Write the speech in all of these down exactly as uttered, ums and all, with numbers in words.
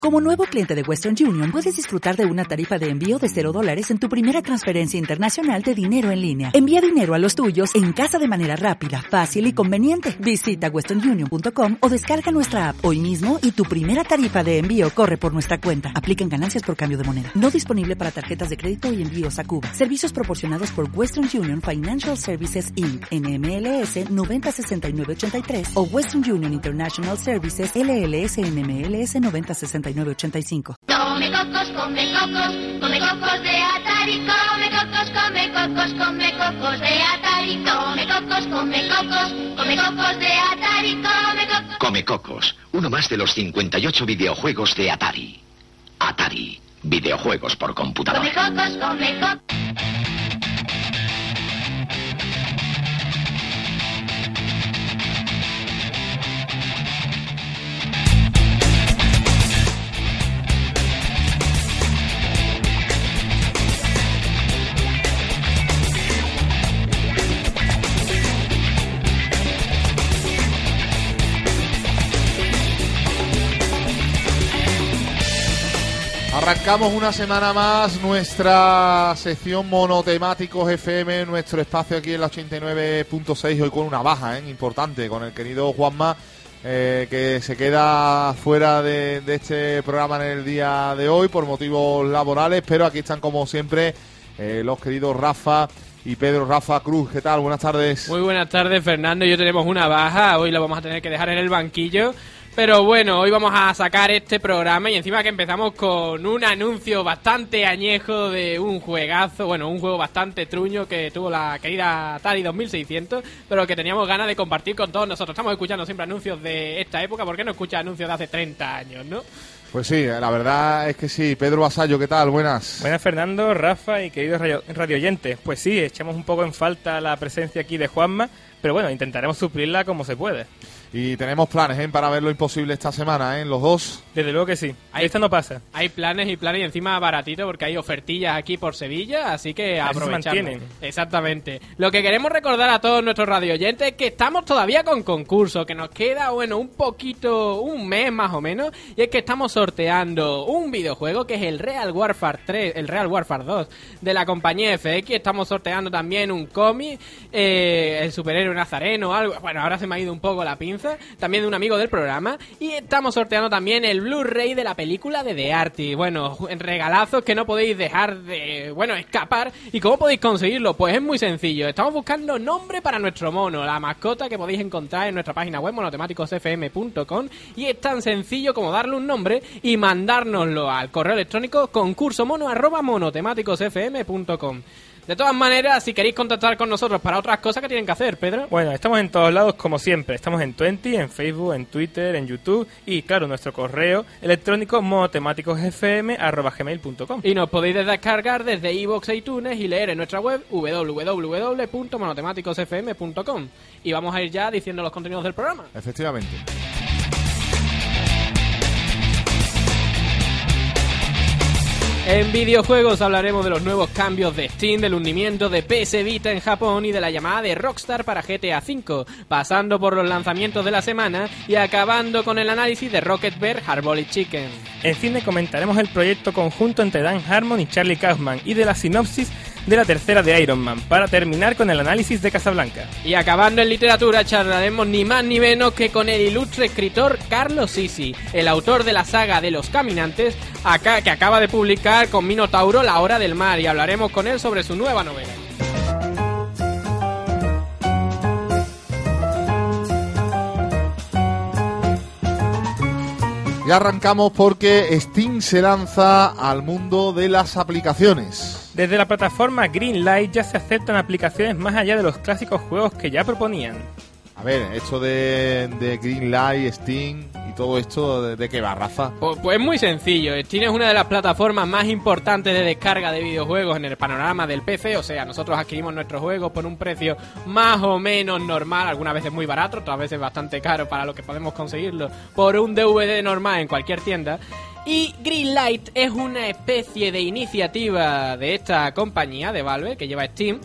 Como nuevo cliente de Western Union, puedes disfrutar de una tarifa de envío de cero dólares en tu primera transferencia internacional de dinero en línea. Envía dinero a los tuyos en casa de manera rápida, fácil y conveniente. Visita western union punto com o descarga nuestra app hoy mismo y tu primera tarifa de envío corre por nuestra cuenta. Aplican ganancias por cambio de moneda. No disponible para tarjetas de crédito y envíos a Cuba. Servicios proporcionados por Western Union Financial Services incorporated. N M L S noventa sesenta y nueve ochenta y tres o Western Union International Services L L S N M L S noventa sesenta y nueve ochenta y cinco. Come cocos, come cocos, come cocos de Atari, come cocos, come cocos, come cocos de Atari, come cocos, come cocos, come cocos de Atari, come cocos. Come cocos, uno más de los cincuenta y ocho videojuegos de Atari. Atari, videojuegos por computadora. Come cocos, come cocos. Arrancamos una semana más nuestra sección Monotemáticos F M, nuestro espacio aquí en la ochenta y nueve punto seis, hoy con una baja ¿eh? importante, con el querido Juanma, eh, que se queda fuera de, de este programa en el día de hoy por motivos laborales, pero aquí están como siempre eh, los queridos Rafa y Pedro. Rafa Cruz, ¿qué tal? Buenas tardes. Muy buenas tardes, Fernando. Yo tenemos una baja, hoy la vamos a tener que dejar en el banquillo. Pero bueno, hoy vamos a sacar este programa y encima que empezamos con un anuncio bastante añejo de un juegazo, bueno, un juego bastante truño que tuvo la querida Atari dos mil seiscientos, pero que teníamos ganas de compartir con todos nosotros. Estamos escuchando siempre anuncios de esta época, ¿por qué no escuchas anuncios de hace treinta años, no? Pues sí, la verdad es que sí. Pedro Vasallo, ¿qué tal? Buenas. Buenas, Fernando, Rafa y queridos radio, radio oyentes. Pues sí, echamos un poco en falta la presencia aquí de Juanma, pero bueno, intentaremos suplirla como se puede. Y tenemos planes ¿eh? para ver lo imposible esta semana, ¿eh? Los dos. Desde luego que sí. Hay, Esto no pasa. Hay planes y planes y encima baratito porque hay ofertillas aquí por Sevilla, así que aprovechando. Exactamente. Lo que queremos recordar a todos nuestros radioyentes es que estamos todavía con concurso, que nos queda, bueno, un poquito, un mes más o menos, y es que estamos sorteando un videojuego que es el Real Warfare tres, el Real Warfare dos de la compañía F X. Estamos sorteando también un cómic, eh, el superhéroe nazareno, algo. Bueno, ahora se me ha ido un poco la pinza. También de un amigo del programa. Y estamos sorteando también el Blu-ray de la película de The Artist. Bueno, regalazos que no podéis dejar de, bueno, escapar. ¿Y cómo podéis conseguirlo? Pues es muy sencillo. Estamos buscando nombre para nuestro mono, la mascota que podéis encontrar en nuestra página web monotemáticos f m punto com. Y es tan sencillo como darle un nombre y mandárnoslo al correo electrónico concursomono arroba monotemáticos f m punto com. De todas maneras, si queréis contactar con nosotros para otras cosas, ¿qué tienen que hacer, Pedro? Bueno, estamos en todos lados como siempre. Estamos en Twenty, en Facebook, en Twitter, en YouTube y, claro, nuestro correo electrónico monotemáticosfm arroba gmail punto com. Y nos podéis descargar desde iVoox e iTunes y leer en nuestra web w w w punto monotemáticos f m punto com. Y vamos a ir ya diciendo los contenidos del programa. Efectivamente. En videojuegos hablaremos de los nuevos cambios de Steam, del hundimiento de P S Vita en Japón y de la llamada de Rockstar para G T A cinco, pasando por los lanzamientos de la semana y acabando con el análisis de Rocket Bear Hard-Boiled Chicken. En cine comentaremos el proyecto conjunto entre Dan Harmon y Charlie Kaufman y de la sinopsis de la tercera de Iron Man, para terminar con el análisis de Casablanca. Y acabando en literatura charlaremos ni más ni menos que con el ilustre escritor Carlos Sisi, el autor de la saga de Los Caminantes, acá, que acaba de publicar con Minotauro La Hora del Mar, y hablaremos con él sobre su nueva novela. Y arrancamos porque Steam se lanza al mundo de las aplicaciones. Desde la plataforma Greenlight ya se aceptan aplicaciones más allá de los clásicos juegos que ya proponían. A ver, esto de, de Greenlight, Steam y todo esto, ¿de, de qué va, Rafa? Pues, pues muy sencillo. Steam es una de las plataformas más importantes de descarga de videojuegos en el panorama del P C. O sea, nosotros adquirimos nuestros juegos por un precio más o menos normal, algunas veces muy barato, otras veces bastante caro para lo que podemos conseguirlo por un D V D normal en cualquier tienda. Y Greenlight es una especie de iniciativa de esta compañía, de Valve, que lleva Steam,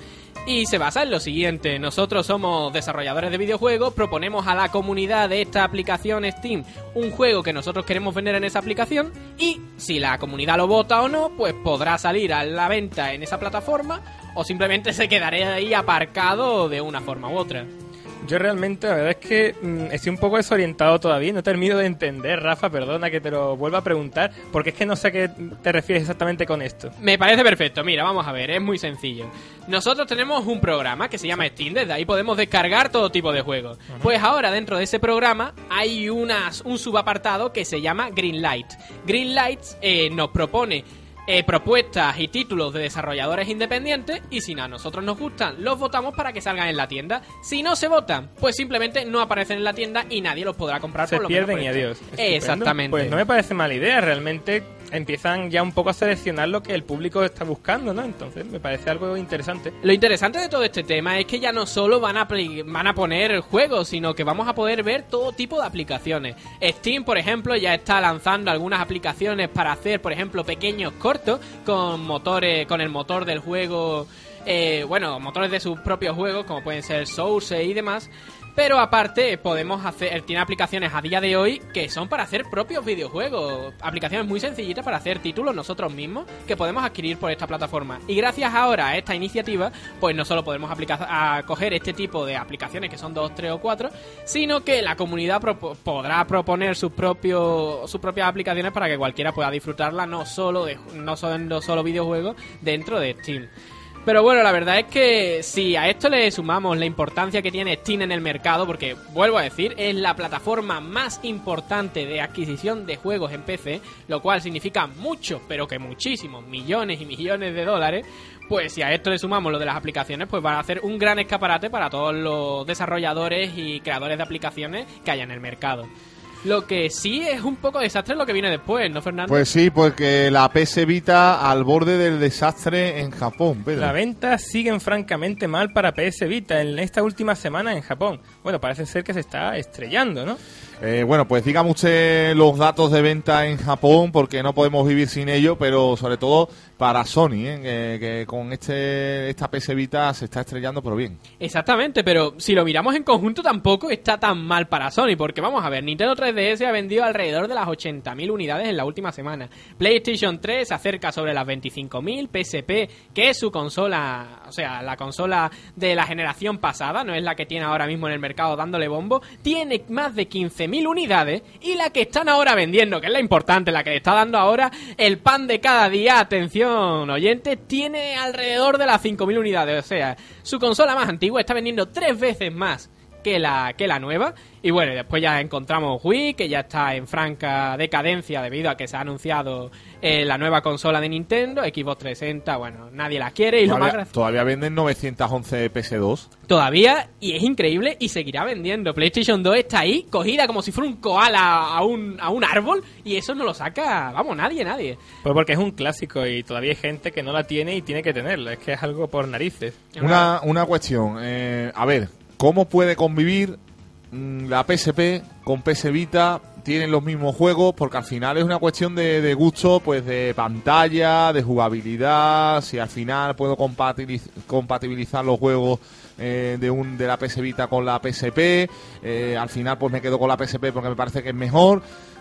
Y se basa en lo siguiente: nosotros somos desarrolladores de videojuegos, proponemos a la comunidad de esta aplicación Steam un juego que nosotros queremos vender en esa aplicación, y si la comunidad lo vota o no, pues podrá salir a la venta en esa plataforma, o simplemente se quedará ahí aparcado de una forma u otra. Yo realmente, la verdad es que mmm, estoy un poco desorientado todavía, no termino de entender, Rafa, perdona que te lo vuelva a preguntar, porque es que no sé a qué te refieres exactamente con esto. Me parece perfecto, mira, vamos a ver, es muy sencillo. Nosotros tenemos un programa que se llama Steam, desde ahí podemos descargar todo tipo de juegos. Uh-huh. Pues ahora dentro de ese programa hay unas, un subapartado que se llama Greenlight. Greenlight eh, nos propone Eh, propuestas y títulos de desarrolladores independientes, y si a nosotros nos gustan, los votamos para que salgan en la tienda. Si no se votan, pues simplemente no aparecen en la tienda y nadie los podrá comprar. Se por lo pierden menos y adiós. Exactamente. Pues no me parece mala idea, realmente empiezan ya un poco a seleccionar lo que el público está buscando, ¿no? Entonces me parece algo interesante. Lo interesante de todo este tema es que ya no solo van a, van a poner juegos, sino que vamos a poder ver todo tipo de aplicaciones. Steam, por ejemplo, ya está lanzando algunas aplicaciones para hacer, por ejemplo, pequeños cortos con motores, con el motor del juego, eh, bueno, motores de sus propios juegos, como pueden ser Source y demás. Pero aparte podemos hacer, tiene aplicaciones a día de hoy que son para hacer propios videojuegos, aplicaciones muy sencillitas para hacer títulos nosotros mismos que podemos adquirir por esta plataforma. Y gracias ahora a esta iniciativa, pues no solo podemos aplicar, a coger este tipo de aplicaciones que son dos, tres o cuatro, sino que la comunidad pro- podrá proponer sus propios sus propias aplicaciones para que cualquiera pueda disfrutarla, no solo de no solo, no solo videojuegos dentro de Steam. Pero bueno, la verdad es que si a esto le sumamos la importancia que tiene Steam en el mercado, porque vuelvo a decir, es la plataforma más importante de adquisición de juegos en P C, lo cual significa mucho, pero que muchísimos, millones y millones de dólares, pues si a esto le sumamos lo de las aplicaciones, pues van a hacer un gran escaparate para todos los desarrolladores y creadores de aplicaciones que haya en el mercado. Lo que sí es un poco desastre lo que viene después, ¿no, Fernando? Pues sí, porque la P S Vita al borde del desastre en Japón, Pedro. Las ventas siguen francamente mal para P S Vita en esta última semana en Japón. Bueno, parece ser que se está estrellando, ¿no? Eh, bueno, pues dígame usted los datos de venta en Japón, porque no podemos vivir sin ello, pero sobre todo para Sony, ¿eh? que, que con este esta P S Vita se está estrellando, pero bien. Exactamente, pero si lo miramos en conjunto tampoco está tan mal para Sony, porque vamos a ver, Nintendo tres D S ha vendido alrededor de las ochenta mil unidades en la última semana. PlayStation tres se acerca sobre las veinticinco mil, P S P, que es su consola, o sea, la consola de la generación pasada, no es la que tiene ahora mismo en el mercado dándole bombo, tiene más de quince mil unidades, y la que están ahora vendiendo, que es la importante, la que le está dando ahora el pan de cada día, atención oyentes, tiene alrededor de las cinco mil unidades, o sea, su consola más antigua está vendiendo tres veces más que la, que la nueva. Y bueno, después ya encontramos Wii, que ya está en franca decadencia debido a que se ha anunciado eh, la nueva consola de Nintendo, Xbox trescientos sesenta, bueno, nadie la quiere. Y todavía, lo más gra- todavía venden novecientos once P S dos. Todavía, y es increíble, y seguirá vendiendo. PlayStation dos está ahí, cogida como si fuera un koala a un, a un árbol, y eso no lo saca, vamos, nadie, nadie. Pues porque es un clásico y todavía hay gente que no la tiene y tiene que tenerla, es que es algo por narices. Una, una cuestión, eh, a ver, ¿cómo puede convivir mmm, la P S P con P S Vita? Tienen los mismos juegos, porque al final es una cuestión de, de gusto, pues de pantalla, de jugabilidad, si al final puedo compatiliz- compatibilizar los juegos eh, de un de la P S Vita con la P S P, eh, al final pues me quedo con la P S P porque me parece que es mejor.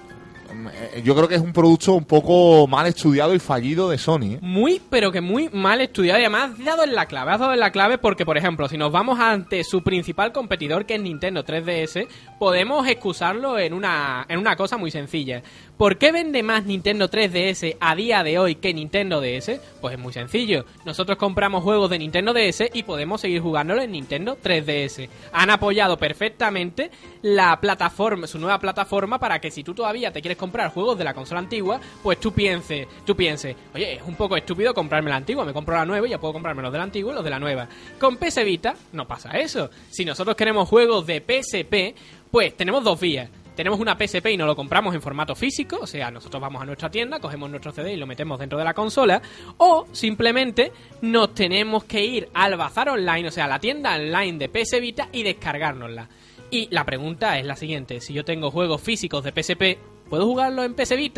Yo creo que es un producto un poco mal estudiado y fallido de Sony, ¿eh? Muy, pero que muy mal estudiado. Y además has dado en la clave, has dado en la clave porque, por ejemplo, si nos vamos ante su principal competidor, que es Nintendo tres D S, podemos excusarlo en una, en una cosa muy sencilla. ¿Por qué vende más Nintendo tres D S a día de hoy que Nintendo D S? Pues es muy sencillo. Nosotros compramos juegos de Nintendo D S y podemos seguir jugándolo en Nintendo tres D S. Han apoyado perfectamente la plataforma, su nueva plataforma, para que si tú todavía te quieres comprar juegos de la consola antigua, pues tú pienses, tú pienses, oye, es un poco estúpido comprarme la antigua, me compro la nueva y ya puedo comprarme los de la antigua y los de la nueva. Con P S Vita no pasa eso. Si nosotros queremos juegos de P S P, pues tenemos dos vías. Tenemos una P S P y nos lo compramos en formato físico, o sea, nosotros vamos a nuestra tienda, cogemos nuestro C D y lo metemos dentro de la consola, o simplemente nos tenemos que ir al bazar online, o sea, a la tienda online de P S Vita y descargárnosla. Y la pregunta es la siguiente: si yo tengo juegos físicos de P S P, ¿puedo jugarlos en P S Vita?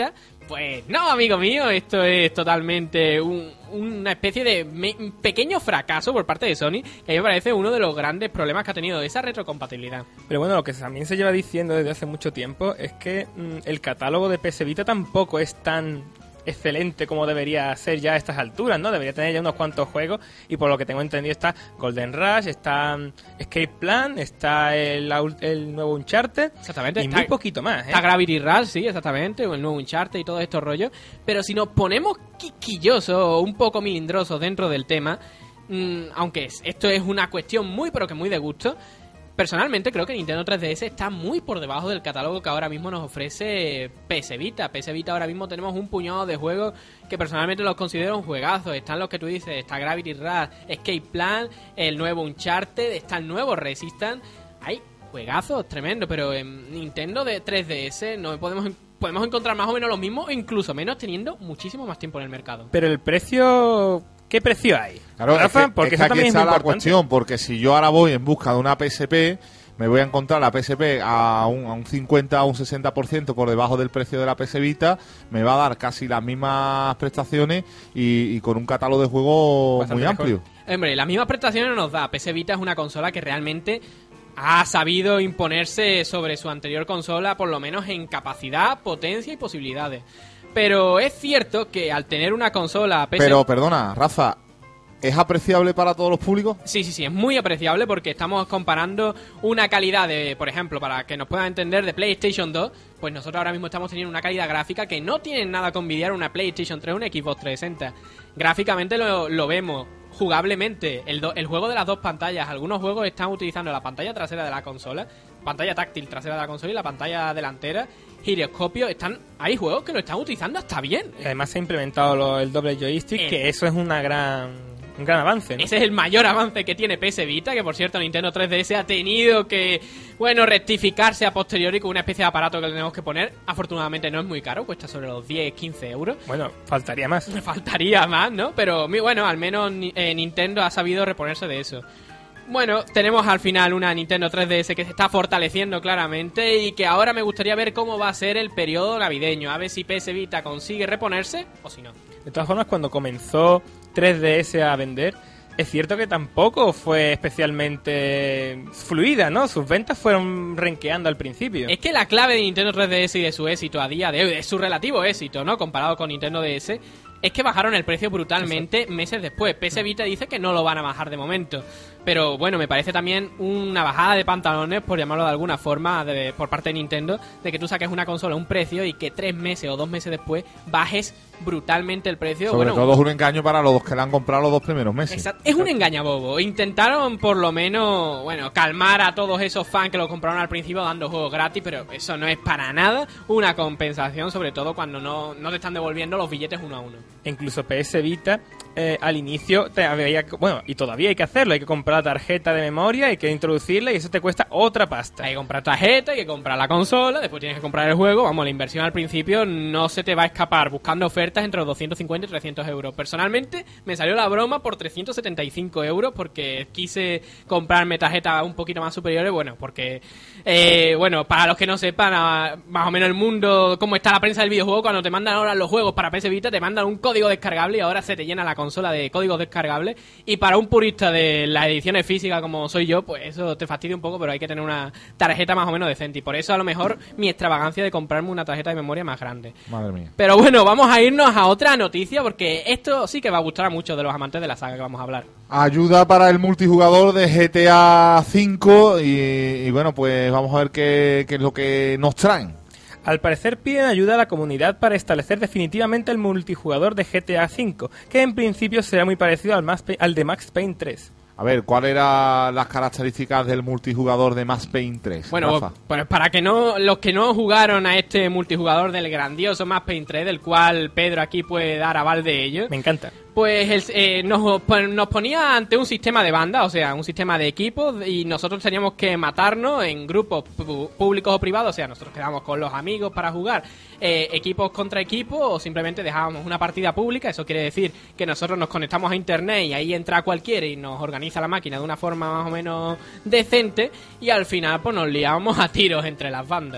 Pues no, amigo mío, esto es totalmente un, una especie de me, pequeño fracaso por parte de Sony, que a mí me parece uno de los grandes problemas que ha tenido esa retrocompatibilidad. Pero bueno, lo que también se lleva diciendo desde hace mucho tiempo es que mmm, el catálogo de P S Vita tampoco es tan excelente como debería ser ya a estas alturas, ¿no? Debería tener ya unos cuantos juegos, y por lo que tengo entendido está Golden Rush, está um, Escape Plan, está el, el nuevo Uncharted, exactamente, y está, muy poquito más, ¿eh? Está Gravity Rush, sí, exactamente, o el nuevo Uncharted y todos estos rollos, pero si nos ponemos quisquillosos, un poco milindrosos dentro del tema, mmm, aunque esto es una cuestión muy pero que muy de gusto, personalmente creo que Nintendo tres D S está muy por debajo del catálogo que ahora mismo nos ofrece P S Vita. P S Vita ahora mismo tenemos un puñado de juegos que personalmente los considero un juegazo. Están los que tú dices, está Gravity Rush, Escape Plan, el nuevo Uncharted, está el nuevo Resistance. Hay juegazos tremendos, pero en Nintendo de tres D S no podemos podemos encontrar más o menos lo mismo, o incluso menos, teniendo muchísimo más tiempo en el mercado. Pero el precio... ¿Qué precio hay? Claro, Rafa, es que, porque es que eso también aquí está es la importante. cuestión, porque si yo ahora voy en busca de una P S P, me voy a encontrar la P S P a un, a un cincuenta o un sesenta por ciento por debajo del precio de la P S Vita, me va a dar casi las mismas prestaciones y, y con un catálogo de juegos Bastante muy mejor. amplio. Hombre, las mismas prestaciones nos da. P S Vita es una consola que realmente ha sabido imponerse sobre su anterior consola, por lo menos en capacidad, potencia y posibilidades. Pero es cierto que al tener una consola P S... Pero, perdona, Rafa, ¿es apreciable para todos los públicos? Sí, sí, sí, es muy apreciable porque estamos comparando una calidad de, por ejemplo, para que nos puedan entender, de PlayStation dos, pues nosotros ahora mismo estamos teniendo una calidad gráfica que no tiene nada que envidiar una PlayStation tres o una Xbox trescientos sesenta. Gráficamente lo, lo vemos, jugablemente, el, do, el juego de las dos pantallas, algunos juegos están utilizando la pantalla trasera de la consola, pantalla táctil trasera de la consola y la pantalla delantera, giroscopio, están hay juegos que lo están utilizando hasta bien. Además se ha implementado lo, el doble joystick, eh. que eso es una gran... un gran avance, ¿no? Ese es el mayor avance que tiene P S Vita, que por cierto Nintendo tres D S ha tenido que, bueno, rectificarse a posteriori con una especie de aparato que le tenemos que poner. Afortunadamente no es muy caro, cuesta sobre los diez, quince euros. Bueno, faltaría más. Faltaría más, ¿no? Pero bueno, al menos eh, Nintendo ha sabido reponerse de eso. Bueno, tenemos al final una Nintendo tres D S que se está fortaleciendo claramente y que ahora me gustaría ver cómo va a ser el periodo navideño. A ver si P S Vita consigue reponerse o si no. De todas formas, cuando comenzó tres D S a vender, es cierto que tampoco fue especialmente fluida, ¿no? Sus ventas fueron renqueando al principio. Es que la clave de Nintendo tres D S y de su éxito a día de hoy, de su relativo éxito, ¿no? Comparado con Nintendo D S, es que bajaron el precio brutalmente Exacto. meses después. P S Vita dice que no lo van a bajar de momento. Pero bueno, me parece también una bajada de pantalones, por llamarlo de alguna forma, de, por parte de Nintendo, de que tú saques una consola a un precio y que tres meses o dos meses después bajes brutalmente el precio. Sobre bueno, todo es un engaño para los que le han comprado los dos primeros meses. Exacto. Es un engañabobo. Intentaron por lo menos, bueno, calmar a todos esos fans que lo compraron al principio dando juegos gratis, pero eso no es para nada una compensación, sobre todo cuando no, no te están devolviendo los billetes uno a uno. Incluso P S Vita, eh, al inicio, te había, bueno, y todavía hay que hacerlo, hay que comprar la tarjeta de memoria, hay que introducirla y eso te cuesta otra pasta. Hay que comprar tarjeta, hay que comprar la consola, después tienes que comprar el juego. Vamos, la inversión al principio no se te va a escapar buscando ofertas entre los doscientos cincuenta y trescientos euros. Personalmente me salió la broma por trescientos setenta y cinco euros porque quise comprarme tarjetas un poquito más superiores, bueno, porque, eh, bueno, para los que no sepan a, más o menos el mundo, cómo está la prensa del videojuego, cuando te mandan ahora los juegos para P S Vita, te mandan un código descargable y ahora se te llena la consola de códigos descargables, y para un purista de las ediciones físicas como soy yo, pues eso te fastidia un poco, pero hay que tener una tarjeta más o menos decente, y por eso a lo mejor mi extravagancia de comprarme una tarjeta de memoria más grande. Madre mía. Pero bueno, vamos a irnos a otra noticia, porque esto sí que va a gustar a muchos de los amantes de la saga que vamos a hablar. Ayuda para el multijugador de G T A cinco y, y bueno, pues vamos a ver qué, qué es lo que nos traen. Al parecer piden ayuda a la comunidad para establecer definitivamente el multijugador de G T A cinco, que en principio será muy parecido al, Max Payne, al de Max Payne tres. A ver, ¿cuáles eran las características del multijugador de Max Payne tres? Bueno, Rafa. pues para que no los que no jugaron a este multijugador del grandioso Max Payne tres, del cual Pedro aquí puede dar aval de ello. Me encanta. Pues el, eh, nos, nos ponía ante un sistema de banda, o sea, un sistema de equipos, y nosotros teníamos que matarnos en grupos públicos o privados, o sea, nosotros quedábamos con los amigos para jugar eh, equipos contra equipos, o simplemente dejábamos una partida pública. Eso quiere decir que nosotros nos conectamos a internet y ahí entra cualquiera y nos organiza la máquina de una forma más o menos decente, y al final pues nos liábamos a tiros entre las bandas.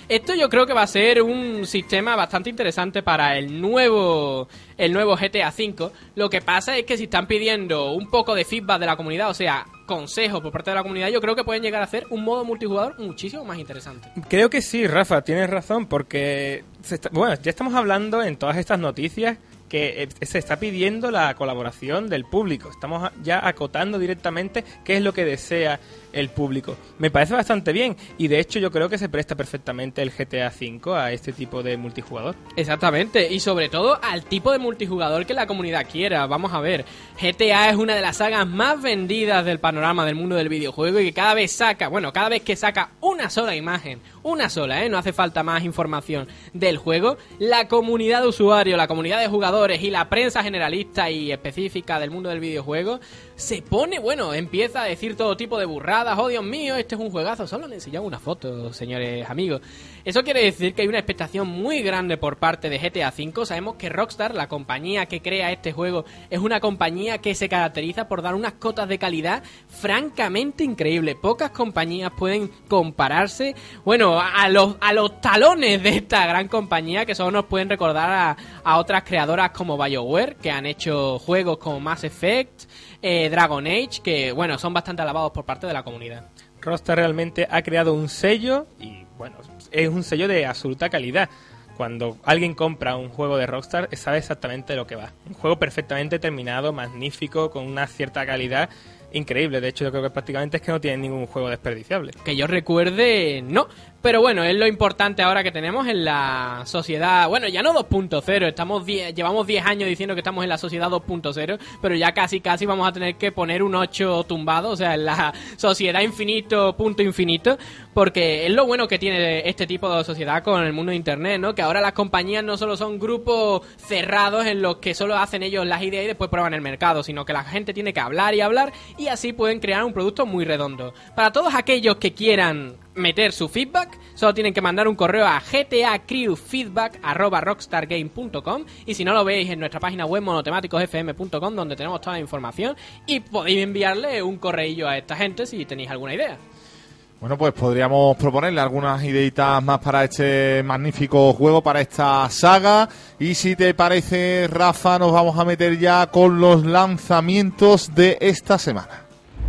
Esto yo creo que va a ser un sistema bastante interesante para el nuevo el nuevo G T A cinco. Lo que pasa es que si están pidiendo un poco de feedback de la comunidad, o sea, consejos por parte de la comunidad, yo creo que pueden llegar a hacer un modo multijugador muchísimo más interesante. Creo que sí, Rafa, tienes razón, porque se está, bueno, ya estamos hablando en todas estas noticias que se está pidiendo la colaboración del público. Estamos ya acotando directamente qué es lo que desea el público. Me parece bastante bien y de hecho yo creo que se presta perfectamente el G T A cinco a este tipo de multijugador. Exactamente, y sobre todo al tipo de multijugador que la comunidad quiera. Vamos a ver, G T A es una de las sagas más vendidas del panorama del mundo del videojuego y que cada vez saca, bueno, cada vez que saca una sola imagen, una sola, ¿eh? No hace falta más información del juego, la comunidad de usuarios, la comunidad de jugadores y la prensa generalista y específica del mundo del videojuego se pone, bueno, empieza a decir todo tipo de burradas. Oh, Dios mío, este es un juegazo. Solo le enseñaba una foto, señores amigos. Eso quiere decir que hay una expectación muy grande por parte de G T A cinco. Sabemos que Rockstar, la compañía que crea este juego, es una compañía que se caracteriza por dar unas cotas de calidad francamente increíbles. Pocas compañías pueden compararse, bueno, a los, a los talones de esta gran compañía, que solo nos pueden recordar a, a otras creadoras como BioWare, que han hecho juegos como Mass Effect, eh, Dragon Age, que, bueno, son bastante alabados por parte de la comunidad. Rockstar realmente ha creado un sello y, bueno, es un sello de absoluta calidad. Cuando alguien compra un juego de Rockstar, sabe exactamente de lo que va. Un juego perfectamente terminado, magnífico, con una cierta calidad increíble. De hecho, yo creo que prácticamente es que no tienen ningún juego desperdiciable. Que yo recuerde, no. Pero bueno, es lo importante ahora que tenemos en la sociedad, bueno, ya no dos punto cero, estamos diez, llevamos diez años diciendo que estamos en la sociedad dos punto cero, pero ya casi casi vamos a tener que poner un ocho tumbado, o sea, en la sociedad infinito, punto infinito, porque es lo bueno que tiene este tipo de sociedad con el mundo de internet, ¿no? Que ahora las compañías no solo son grupos cerrados en los que solo hacen ellos las ideas y después prueban el mercado, sino que la gente tiene que hablar y hablar y así pueden crear un producto muy redondo. Para todos aquellos que quieran meter su feedback, solo tienen que mandar un correo a gtacrewfeedback arroba rockstargame punto com y si no lo veis en nuestra página web monotemáticos f m punto com, donde tenemos toda la información y podéis enviarle un correillo a esta gente si tenéis alguna idea. Bueno, pues podríamos proponerle algunas ideitas más para este magnífico juego, para esta saga. Y si te parece, Rafa, nos vamos a meter ya con los lanzamientos de esta semana.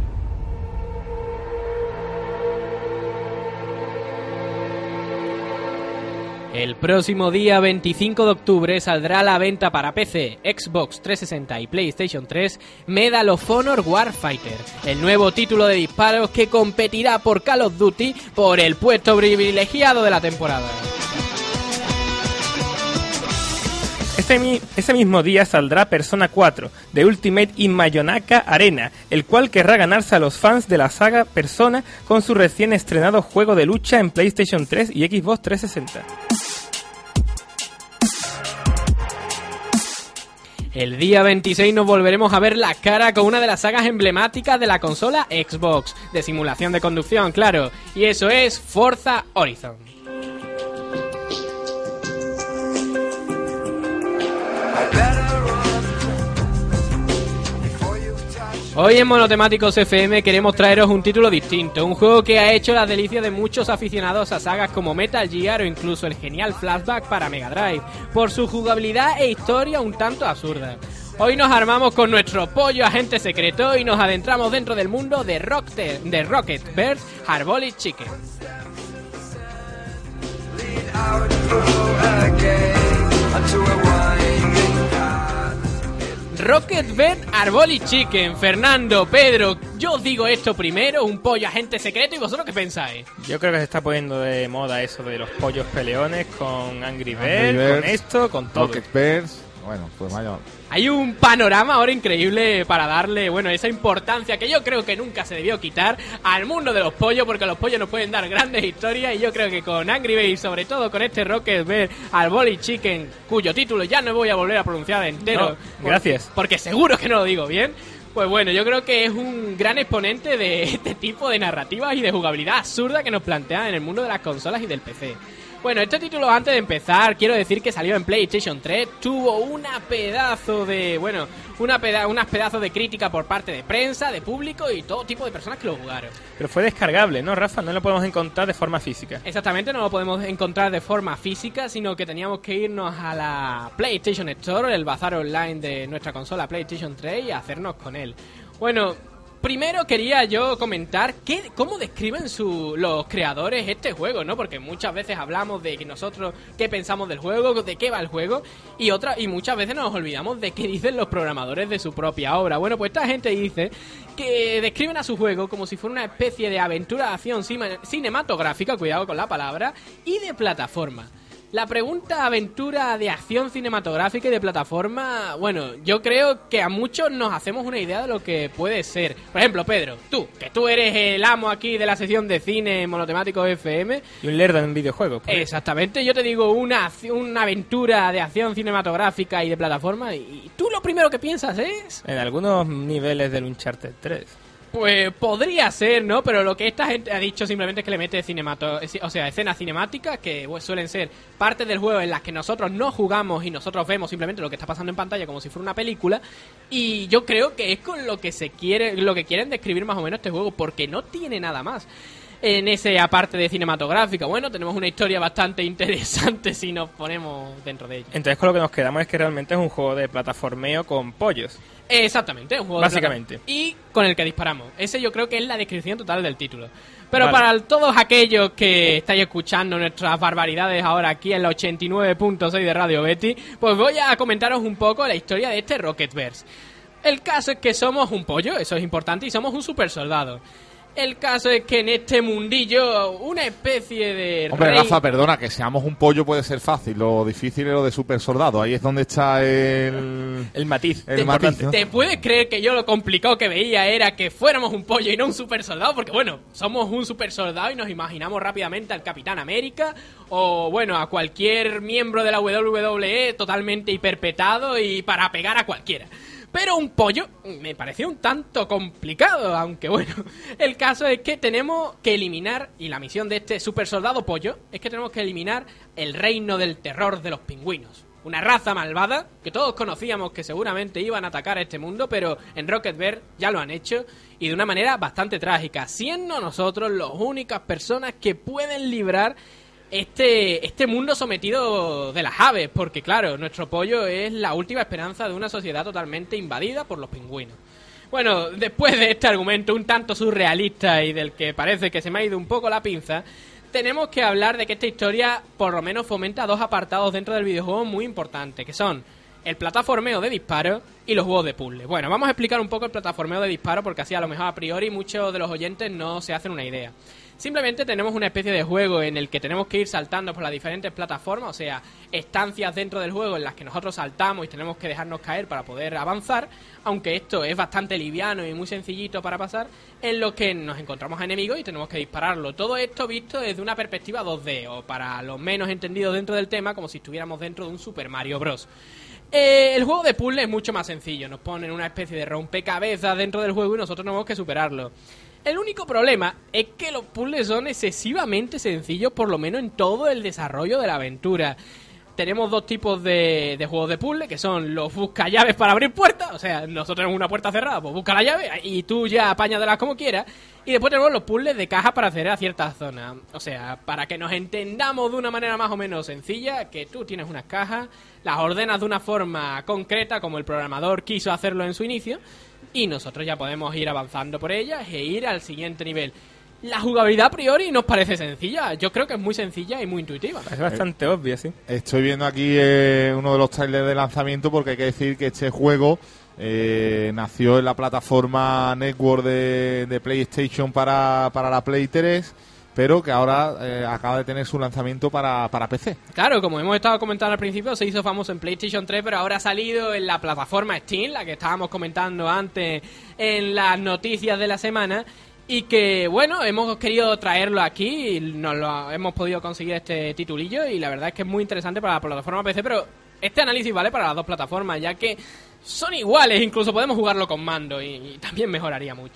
El próximo día veinticinco de octubre saldrá a la venta para P C, Xbox trescientos sesenta y PlayStation tres Medal of Honor Warfighter, el nuevo título de disparos que competirá por Call of Duty por el puesto privilegiado de la temporada. Este mi- ese mismo día saldrá Persona cuatro, The Ultimate in Mayonaka Arena, el cual querrá ganarse a los fans de la saga Persona con su recién estrenado juego de lucha en PlayStation tres y Xbox trescientos sesenta. El día veintiséis nos volveremos a ver la cara con una de las sagas emblemáticas de la consola Xbox, de simulación de conducción, claro, y eso es Forza Horizon. Hoy en Monotemáticos F M queremos traeros un título distinto, un juego que ha hecho las delicias de muchos aficionados a sagas como Metal Gear o incluso el genial Flashback para Mega Drive, por su jugabilidad e historia un tanto absurda. Hoy nos armamos con nuestro pollo agente secreto y nos adentramos dentro del mundo de, Rockte- de Rocket Bird Harbolic Chicken. Rocket Bird Harbolic Chicken. Fernando, Pedro, yo os digo esto primero, un pollo agente secreto, ¿y vosotros qué pensáis? Yo creo que se está poniendo de moda eso de los pollos peleones con Angry Birds, Angry Birds, con esto, con todo. Rocket Bears. Bueno, pues vaya. Hay un panorama ahora increíble para darle, bueno, esa importancia que yo creo que nunca se debió quitar al mundo de los pollos, porque los pollos nos pueden dar grandes historias y yo creo que con Angry Birds y sobre todo con este Rocket Bird Harbolic Chicken, cuyo título ya no voy a volver a pronunciar entero. No, gracias. Porque, porque seguro que no lo digo bien. Pues bueno, yo creo que es un gran exponente de este tipo de narrativas y de jugabilidad absurda que nos plantean en el mundo de las consolas y del P C. Bueno, este título, antes de empezar, quiero decir que salió en PlayStation tres, tuvo una pedazo de, bueno, una peda unas pedazos de crítica por parte de prensa, de público y todo tipo de personas que lo jugaron. Pero fue descargable, ¿no, Rafa? No lo podemos encontrar de forma física. Exactamente, no lo podemos encontrar de forma física, sino que teníamos que irnos a la PlayStation Store, el bazar online de nuestra consola PlayStation tres, y hacernos con él. Bueno, primero quería yo comentar qué, cómo describen su, los creadores este juego, ¿no? Porque muchas veces hablamos de que nosotros qué pensamos del juego, de qué va el juego, y otra y muchas veces nos olvidamos de qué dicen los programadores de su propia obra. Bueno, pues esta gente dice que describen a su juego como si fuera una especie de aventura de acción cinematográfica, cuidado con la palabra, y de plataforma. La pregunta aventura de acción cinematográfica y de plataforma, bueno, yo creo que a muchos nos hacemos una idea de lo que puede ser. Por ejemplo, Pedro, tú, que tú eres el amo aquí de la sección de cine monotemático F M. Y un lerdo en videojuegos. Pues. Exactamente, yo te digo una, una aventura de acción cinematográfica y de plataforma, y tú lo primero que piensas es... En algunos niveles del Uncharted tres. Pues podría ser, ¿no? Pero lo que esta gente ha dicho simplemente es que le mete cinemato, o sea, escenas cinemáticas que pues, suelen ser partes del juego en las que nosotros no jugamos y nosotros vemos simplemente lo que está pasando en pantalla como si fuera una película. Y yo creo que es con lo que se quiere, lo que quieren describir más o menos este juego, porque no tiene nada más. En ese aparte de cinematográfica, bueno, tenemos una historia bastante interesante si nos ponemos dentro de ella. Entonces con lo que nos quedamos es que realmente es un juego de plataformeo con pollos. Exactamente, un juego básicamente de y con el que disparamos. Ese yo creo que es la descripción total del título. Pero vale, para todos aquellos que estáis escuchando nuestras barbaridades ahora aquí en la ochenta y nueve punto seis de Radio Betty, pues voy a comentaros un poco la historia de este Rocketverse. El caso es que somos un pollo, eso es importante, y somos un super soldado. El caso es que en este mundillo, una especie de... Hombre, rey... Rafa, perdona, que seamos un pollo puede ser fácil. Lo difícil es lo de super soldado. Ahí es donde está el... El matiz. El ¿Te, matiz, ¿no? ¿Te puedes creer que yo lo complicado que veía era que fuéramos un pollo y no un super soldado? Porque, bueno, somos un super soldado y nos imaginamos rápidamente al Capitán América o, bueno, a cualquier miembro de la W W E totalmente hiperpetado y para pegar a cualquiera. Pero un pollo me pareció un tanto complicado, aunque bueno, el caso es que tenemos que eliminar, y la misión de este super soldado pollo, es que tenemos que eliminar el reino del terror de los pingüinos. Una raza malvada que todos conocíamos que seguramente iban a atacar a este mundo, pero en Rocketverse ya lo han hecho y de una manera bastante trágica, siendo nosotros las únicas personas que pueden librar Este, este mundo sometido de las aves, porque claro, nuestro pollo es la última esperanza de una sociedad totalmente invadida por los pingüinos. Bueno, después de este argumento un tanto surrealista y del que parece que se me ha ido un poco la pinza, tenemos que hablar de que esta historia por lo menos fomenta dos apartados dentro del videojuego muy importantes, que son el plataformeo de disparo y los juegos de puzzle. Bueno, vamos a explicar un poco el plataformeo de disparo porque así a lo mejor a priori muchos de los oyentes no se hacen una idea. Simplemente tenemos una especie de juego en el que tenemos que ir saltando por las diferentes plataformas, o sea, estancias dentro del juego en las que nosotros saltamos y tenemos que dejarnos caer para poder avanzar, aunque esto es bastante liviano y muy sencillito para pasar, en lo que nos encontramos a enemigos y tenemos que dispararlo. Todo esto visto desde una perspectiva dos D, o para los menos entendidos dentro del tema, como si estuviéramos dentro de un Super Mario Bros. Eh, el juego de puzzle es mucho más sencillo, nos ponen una especie de rompecabezas dentro del juego y nosotros tenemos que superarlo. El único problema es que los puzzles son excesivamente sencillos, por lo menos en todo el desarrollo de la aventura. Tenemos dos tipos de, de juegos de puzzle, que son los busca llaves para abrir puertas, o sea, nosotros tenemos una puerta cerrada, pues busca la llave y tú ya apáñatelas como quieras. Y después tenemos los puzzles de caja para acceder a ciertas zonas, o sea, para que nos entendamos de una manera más o menos sencilla, que tú tienes unas cajas, las ordenas de una forma concreta, como el programador quiso hacerlo en su inicio, y nosotros ya podemos ir avanzando por ellas e ir al siguiente nivel. La jugabilidad a priori nos parece sencilla. Yo creo que es muy sencilla y muy intuitiva. Es bastante eh, obvio, sí. Estoy viendo aquí eh, uno de los trailers de lanzamiento porque hay que decir que este juego eh, nació en la plataforma Network de, de PlayStation para, para la Play tres, pero que ahora eh, acaba de tener su lanzamiento para, para P C. Claro, como hemos estado comentando al principio, se hizo famoso en PlayStation tres, pero ahora ha salido en la plataforma Steam, la que estábamos comentando antes en las noticias de la semana. Y que, bueno, hemos querido traerlo aquí y nos lo hemos podido conseguir este titulillo y la verdad es que es muy interesante para la plataforma P C, pero este análisis vale para las dos plataformas, ya que son iguales, incluso podemos jugarlo con mando y, y también mejoraría mucho.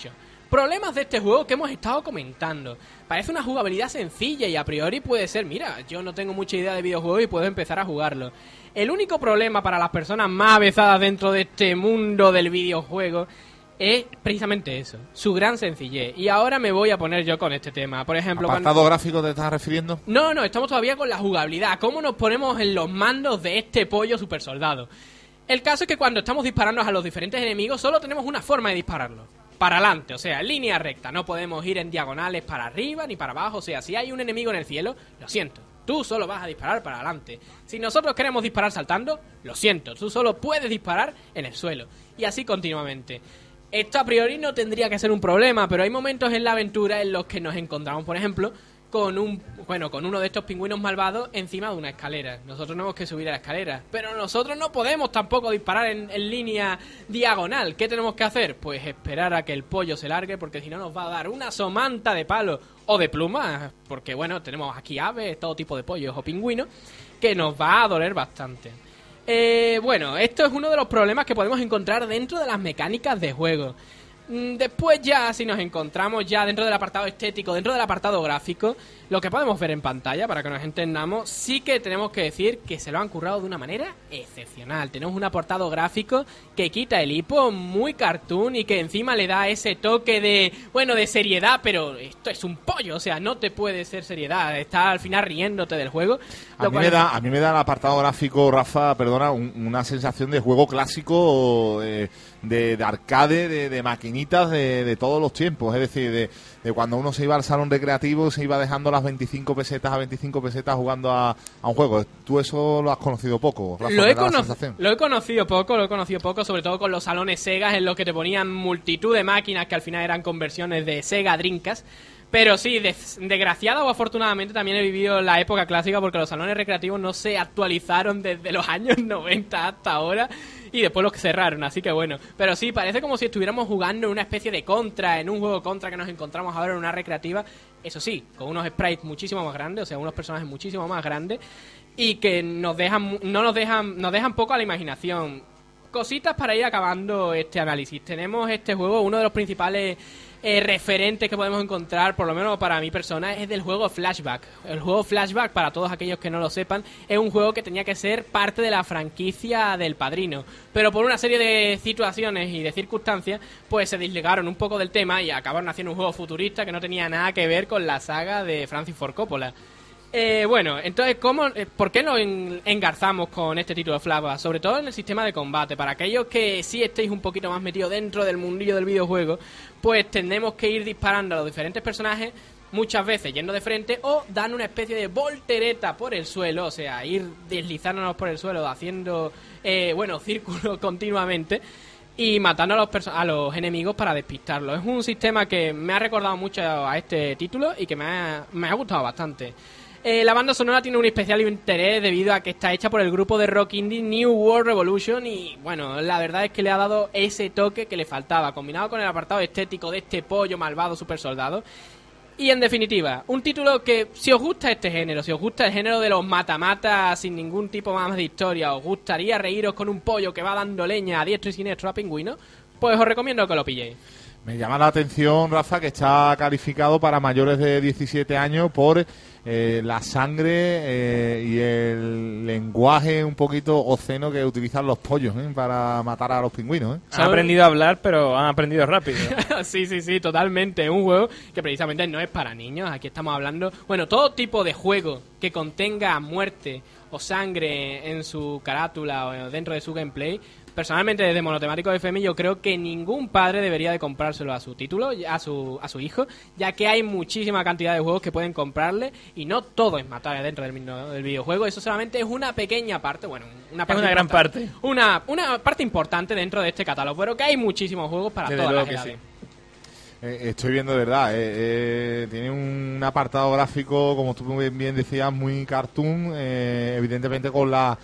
Problemas de este juego que hemos estado comentando. Parece una jugabilidad sencilla y a priori puede ser, mira, yo no tengo mucha idea de videojuegos y puedo empezar a jugarlo. El único problema para las personas más avezadas dentro de este mundo del videojuego es precisamente eso, su gran sencillez. Y ahora me voy a poner yo con este tema. Por ejemplo, ¿apartado cuando... gráfico te estás refiriendo? No, no, estamos todavía con la jugabilidad. ¿Cómo nos ponemos en los mandos de este pollo super soldado? El caso es que cuando estamos disparando a los diferentes enemigos solo tenemos una forma de dispararlos. Para adelante, o sea, en línea recta. No podemos ir en diagonales para arriba ni para abajo. O sea, si hay un enemigo en el cielo, lo siento, tú solo vas a disparar para adelante. Si nosotros queremos disparar saltando, lo siento, tú solo puedes disparar en el suelo. Y así continuamente. Esto a priori no tendría que ser un problema, pero hay momentos en la aventura en los que nos encontramos, por ejemplo, con un bueno con uno de estos pingüinos malvados encima de una escalera. Nosotros tenemos que subir a la escalera, pero nosotros no podemos tampoco disparar en, en línea diagonal. ¿Qué tenemos que hacer? Pues esperar a que el pollo se largue, porque si no nos va a dar una somanta de palo o de plumas, porque bueno, tenemos aquí aves, todo tipo de pollos o pingüinos, que nos va a doler bastante. Eh, bueno, esto es uno de los problemas que podemos encontrar dentro de las mecánicas de juego. Después ya, si nos encontramos ya dentro del apartado estético, dentro del apartado gráfico, lo que podemos ver en pantalla, para que nos entendamos, sí que tenemos que decir que se lo han currado de una manera excepcional. Tenemos un apartado gráfico que quita el hipo, muy cartoon, y que encima le da ese toque de, bueno, de seriedad, pero esto es un pollo, o sea, no te puede ser seriedad, estás al final riéndote del juego. A mí, me da, es... a mí me da el apartado gráfico, Rafa, perdona, un, una sensación de juego clásico, eh, de, de arcade, de, de maquinitas de, de todos los tiempos, es decir, de, de cuando uno se iba al salón recreativo, se iba dejando las veinticinco pesetas a veinticinco pesetas jugando a, a un juego. ¿Tú eso lo has conocido poco, Rafa? Lo he, cono lo he conocido poco, lo he conocido poco, sobre todo con los salones Sega, en los que te ponían multitud de máquinas que al final eran conversiones de Sega Dreamcast. Pero sí, des desgraciada o afortunadamente también he vivido la época clásica, porque los salones recreativos no se actualizaron desde los años noventa hasta ahora, y después los cerraron, así que bueno. Pero sí, parece como si estuviéramos jugando en una especie de Contra, en un juego Contra que nos encontramos ahora en una recreativa. Eso sí, con unos sprites muchísimo más grandes, o sea, unos personajes muchísimo más grandes, y que nos dejan, no nos dejan, nos dejan poco a la imaginación. Cositas para ir acabando este análisis. Tenemos este juego, uno de los principales Eh, referentes que podemos encontrar, por lo menos para mi persona, es del juego Flashback. El juego Flashback, para todos aquellos que no lo sepan, es un juego que tenía que ser parte de la franquicia del Padrino, pero por una serie de situaciones y de circunstancias, pues se desligaron un poco del tema y acabaron haciendo un juego futurista que no tenía nada que ver con la saga de Francis Ford Coppola. Eh, bueno, entonces, ¿cómo, eh, ¿por qué nos en, engarzamos con este título de Flashback? Sobre todo en el sistema de combate. Para aquellos que sí estéis un poquito más metidos dentro del mundillo del videojuego, pues tendremos que ir disparando a los diferentes personajes, muchas veces yendo de frente o dando una especie de voltereta por el suelo, o sea, ir deslizándonos por el suelo, haciendo, eh, bueno, círculos continuamente, y matando a los, a los enemigos para despistarlos. Es un sistema que me ha recordado mucho a este título y que me ha, me ha gustado bastante. Eh, la banda sonora tiene un especial interés debido a que está hecha por el grupo de rock indie New World Revolution, y bueno, la verdad es que le ha dado ese toque que le faltaba, combinado con el apartado estético de este pollo malvado super soldado. Y en definitiva, un título que, si os gusta este género, si os gusta el género de los mata-mata sin ningún tipo más de historia, os gustaría reíros con un pollo que va dando leña a diestro y siniestro a pingüinos, pues os recomiendo que lo pilléis. Me llama la atención, Rafa, que está calificado para mayores de diecisiete años por eh, la sangre eh, y el lenguaje un poquito obsceno que utilizan los pollos ¿eh? para matar a los pingüinos. ¿eh? Han aprendido a hablar, pero han aprendido rápido. Sí, sí, sí, totalmente. Un juego que precisamente no es para niños. Aquí estamos hablando, bueno, todo tipo de juego que contenga muerte o sangre en su carátula o dentro de su gameplay. Personalmente, desde Monotemático F M, yo creo que ningún padre debería de comprárselo a su título, a su a su hijo, ya que hay muchísima cantidad de juegos que pueden comprarle y no todo es matar dentro del, del videojuego. Eso solamente es una pequeña parte, bueno, una parte es una gran parte. Una, una parte importante dentro de este catálogo, pero que hay muchísimos juegos para desde todas las que edades. Sí. Eh, estoy viendo de verdad, eh, eh, tiene un apartado gráfico, como tú bien decías, muy cartoon, eh, evidentemente con la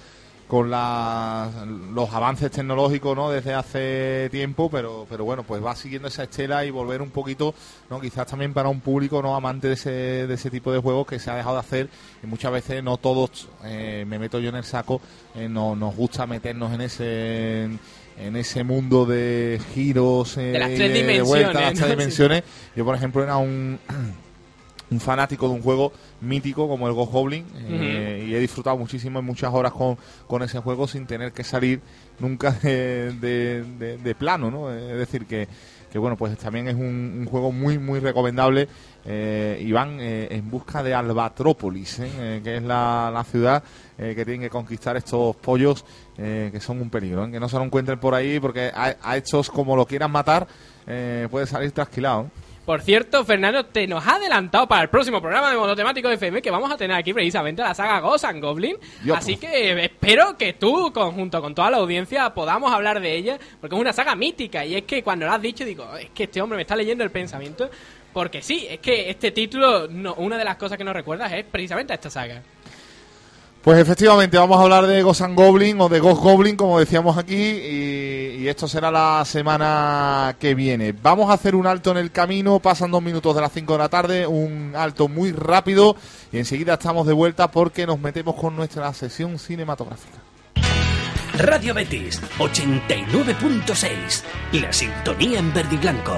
con la, los avances tecnológicos, ¿no?, desde hace tiempo, pero pero bueno, pues va siguiendo esa estela y volver un poquito, ¿no?, quizás también para un público no amante de ese, de ese tipo de juegos que se ha dejado de hacer, y muchas veces no todos, eh, me meto yo en el saco, eh, no, nos gusta meternos en ese en, en ese mundo de giros, eh, de las tres de, dimensiones, de vuelta a las tres ¿no? dimensiones. Yo, por ejemplo, era un un fanático de un juego mítico como el Ghost Goblin, eh, uh-huh. y he disfrutado muchísimo en muchas horas con, con ese juego sin tener que salir nunca de, de, de, de plano, ¿no? Es decir, que, que bueno, pues también es un, un juego muy, muy recomendable, eh, y van eh, en busca de Albatrópolis, ¿eh? Eh, que es la, la ciudad eh, que tienen que conquistar estos pollos, eh, que son un peligro, ¿eh? Que no se lo encuentren por ahí, porque a, a estos, como lo quieran matar, eh, puede salir trasquilado, ¿eh? Por cierto, Fernando, te nos ha adelantado para el próximo programa de Monotemático F M que vamos a tener aquí precisamente la saga Ghost and Goblin. Yo, así que espero que tú, junto con toda la audiencia, podamos hablar de ella, porque es una saga mítica. Y es que cuando lo has dicho, digo, es que este hombre me está leyendo el pensamiento. Porque sí, es que este título, no, una de las cosas que nos recuerdas es precisamente a esta saga. Pues efectivamente, vamos a hablar de Ghost and Goblin, o de Ghost Goblin, como decíamos aquí, y, y esto será la semana que viene. Vamos a hacer un alto en el camino, pasan dos minutos de las cinco de la tarde, un alto muy rápido, y enseguida estamos de vuelta porque nos metemos con nuestra sesión cinematográfica. Radio Betis, ochenta y nueve punto seis, la sintonía en verde y blanco.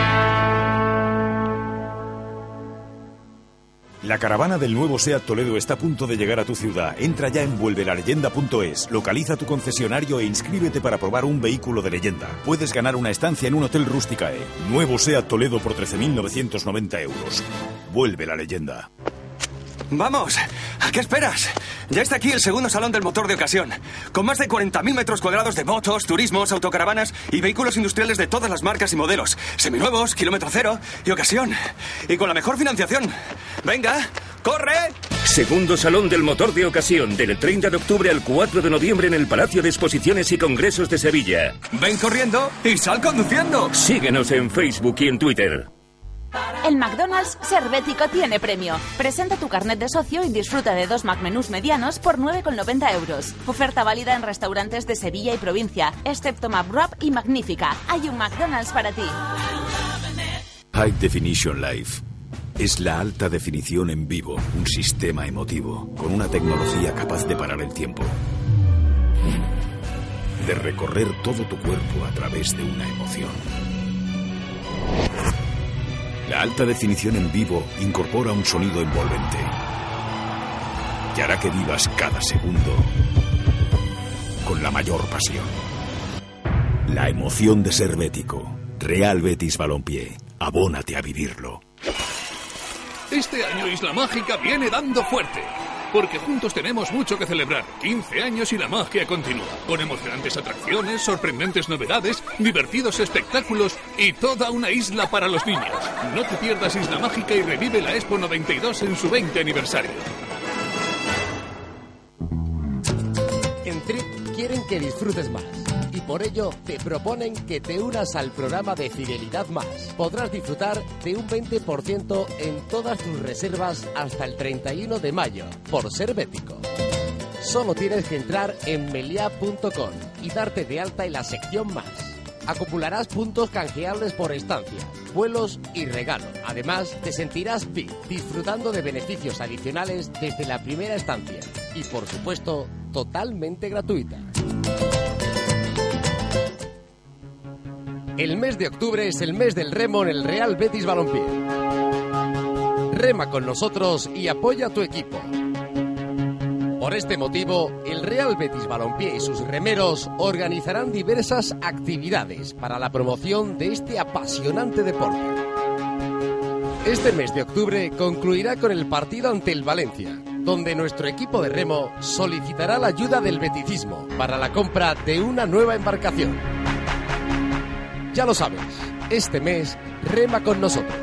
La caravana del nuevo SEAT Toledo está a punto de llegar a tu ciudad. Entra ya en vuelve la leyenda punto es, localiza tu concesionario e inscríbete para probar un vehículo de leyenda. Puedes ganar una estancia en un hotel Rusticae. Nuevo SEAT Toledo por trece mil novecientos noventa euros. Vuelve la leyenda. ¡Vamos! ¿A qué esperas? Ya está aquí el segundo salón del motor de ocasión, con más de cuarenta mil metros cuadrados de motos, turismos, autocaravanas y vehículos industriales de todas las marcas y modelos, seminuevos, kilómetro cero y ocasión, y con la mejor financiación. ¡Venga, corre! Segundo Salón del Motor de Ocasión, del treinta de octubre al cuatro de noviembre en el Palacio de Exposiciones y Congresos de Sevilla. Ven corriendo y sal conduciendo. Síguenos en Facebook y en Twitter. El McDonald's Servético tiene premio. Presenta tu carnet de socio y disfruta de dos McMenús medianos por nueve con noventa euros. Oferta válida en restaurantes de Sevilla y provincia, excepto McWrap y Magnífica. Hay un McDonald's para ti. High Definition Life. Es la alta definición en vivo, un sistema emotivo, con una tecnología capaz de parar el tiempo. De recorrer todo tu cuerpo a través de una emoción. La alta definición en vivo incorpora un sonido envolvente que hará que vivas cada segundo con la mayor pasión. La emoción de ser bético. Real Betis Balompié. Abónate a vivirlo. Este año Isla Mágica viene dando fuerte, porque juntos tenemos mucho que celebrar. quince años y la magia continúa, con emocionantes atracciones, sorprendentes novedades, divertidos espectáculos y toda una isla para los niños. No te pierdas Isla Mágica y revive la Expo noventa y dos en su veinte aniversario. En Trip quieren que disfrutes más. Y por ello te proponen que te unas al programa de Fidelidad Más. Podrás disfrutar de un veinte por ciento en todas tus reservas hasta el treinta y uno de mayo, por ser bético. Solo tienes que entrar en meliá punto com y darte de alta en la sección Más. Acumularás puntos canjeables por estancias, vuelos y regalos. Además, te sentirás V I P, disfrutando de beneficios adicionales desde la primera estancia. Y por supuesto, totalmente gratuita. El mes de octubre es el mes del remo en el Real Betis Balompié. Rema con nosotros y apoya a tu equipo. Por este motivo, el Real Betis Balompié y sus remeros organizarán diversas actividades para la promoción de este apasionante deporte. Este mes de octubre concluirá con el partido ante el Valencia, donde nuestro equipo de remo solicitará la ayuda del beticismo para la compra de una nueva embarcación. Ya lo sabes, este mes rema con nosotros.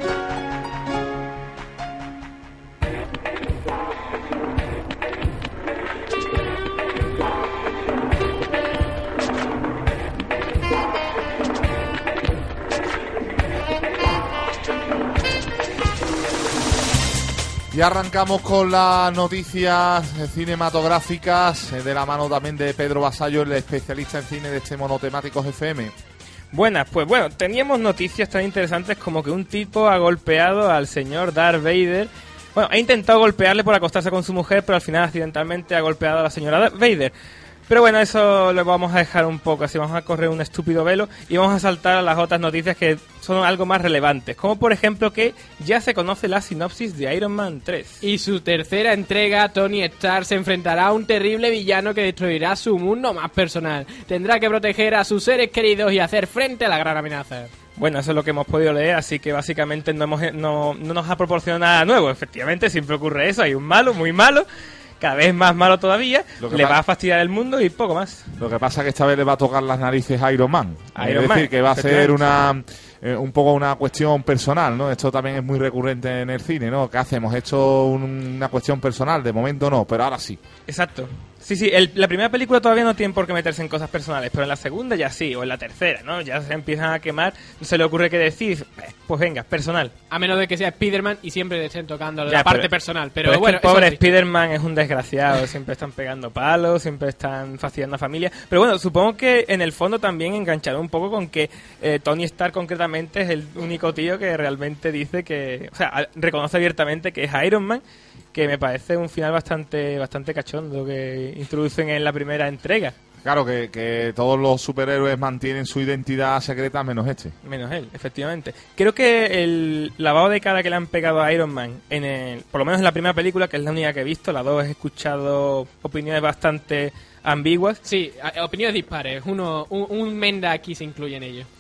Y arrancamos con las noticias cinematográficas de la mano también de Pedro Vasallo, el especialista en cine de este Monotemáticos F M. Buenas, pues bueno, teníamos noticias tan interesantes como que un tipo ha golpeado al señor Darth Vader. Bueno, ha intentado golpearle por acostarse con su mujer, pero al final accidentalmente ha golpeado a la señora Darth Vader. Pero bueno, eso lo vamos a dejar un poco, así vamos a correr un estúpido velo y vamos a saltar a las otras noticias que son algo más relevantes, como por ejemplo que ya se conoce la sinopsis de Iron Man tres. Y su tercera entrega, Tony Stark se enfrentará a un terrible villano que destruirá su mundo más personal. Tendrá que proteger a sus seres queridos y hacer frente a la gran amenaza. Bueno, eso es lo que hemos podido leer, así que básicamente no, hemos, no, no nos ha proporcionado nada nuevo. Efectivamente, siempre ocurre eso, hay un malo, muy malo, cada vez más malo todavía, le va a fastidiar el mundo y poco más. Lo que pasa es que esta vez le va a tocar las narices a Iron Man. Iron es Man, decir, que va a ser una eh, un poco una cuestión personal, ¿no? Esto también es muy recurrente en el cine, ¿no? ¿Qué hacemos? Hecho un, una cuestión personal, de momento no, pero ahora sí. Exacto. Sí, sí, el, la primera película todavía no tiene por qué meterse en cosas personales, pero en la segunda ya sí, o en la tercera, ¿no? Ya se empiezan a quemar, no se le ocurre qué decir, pues venga, personal. A menos de que sea Spider-Man y siempre le estén tocando ya, la parte pero, personal, pero, pero bueno... Es que el pobre Spider-Man es un desgraciado, siempre están pegando palos, siempre están fastidiando a familia, pero bueno, supongo que en el fondo también engancharon un poco con que eh, Tony Stark concretamente es el único tío que realmente dice que, o sea, reconoce abiertamente que es Iron Man, que me parece un final bastante bastante cachondo que introducen en la primera entrega. Claro, que, que todos los superhéroes mantienen su identidad secreta menos este. Menos él, efectivamente. Creo que el lavado de cara que le han pegado a Iron Man, en el, por lo menos en la primera película, que es la única que he visto, las dos he escuchado opiniones bastante ambiguas. Sí, opiniones dispares, uno un, un Menda aquí se incluye en ello.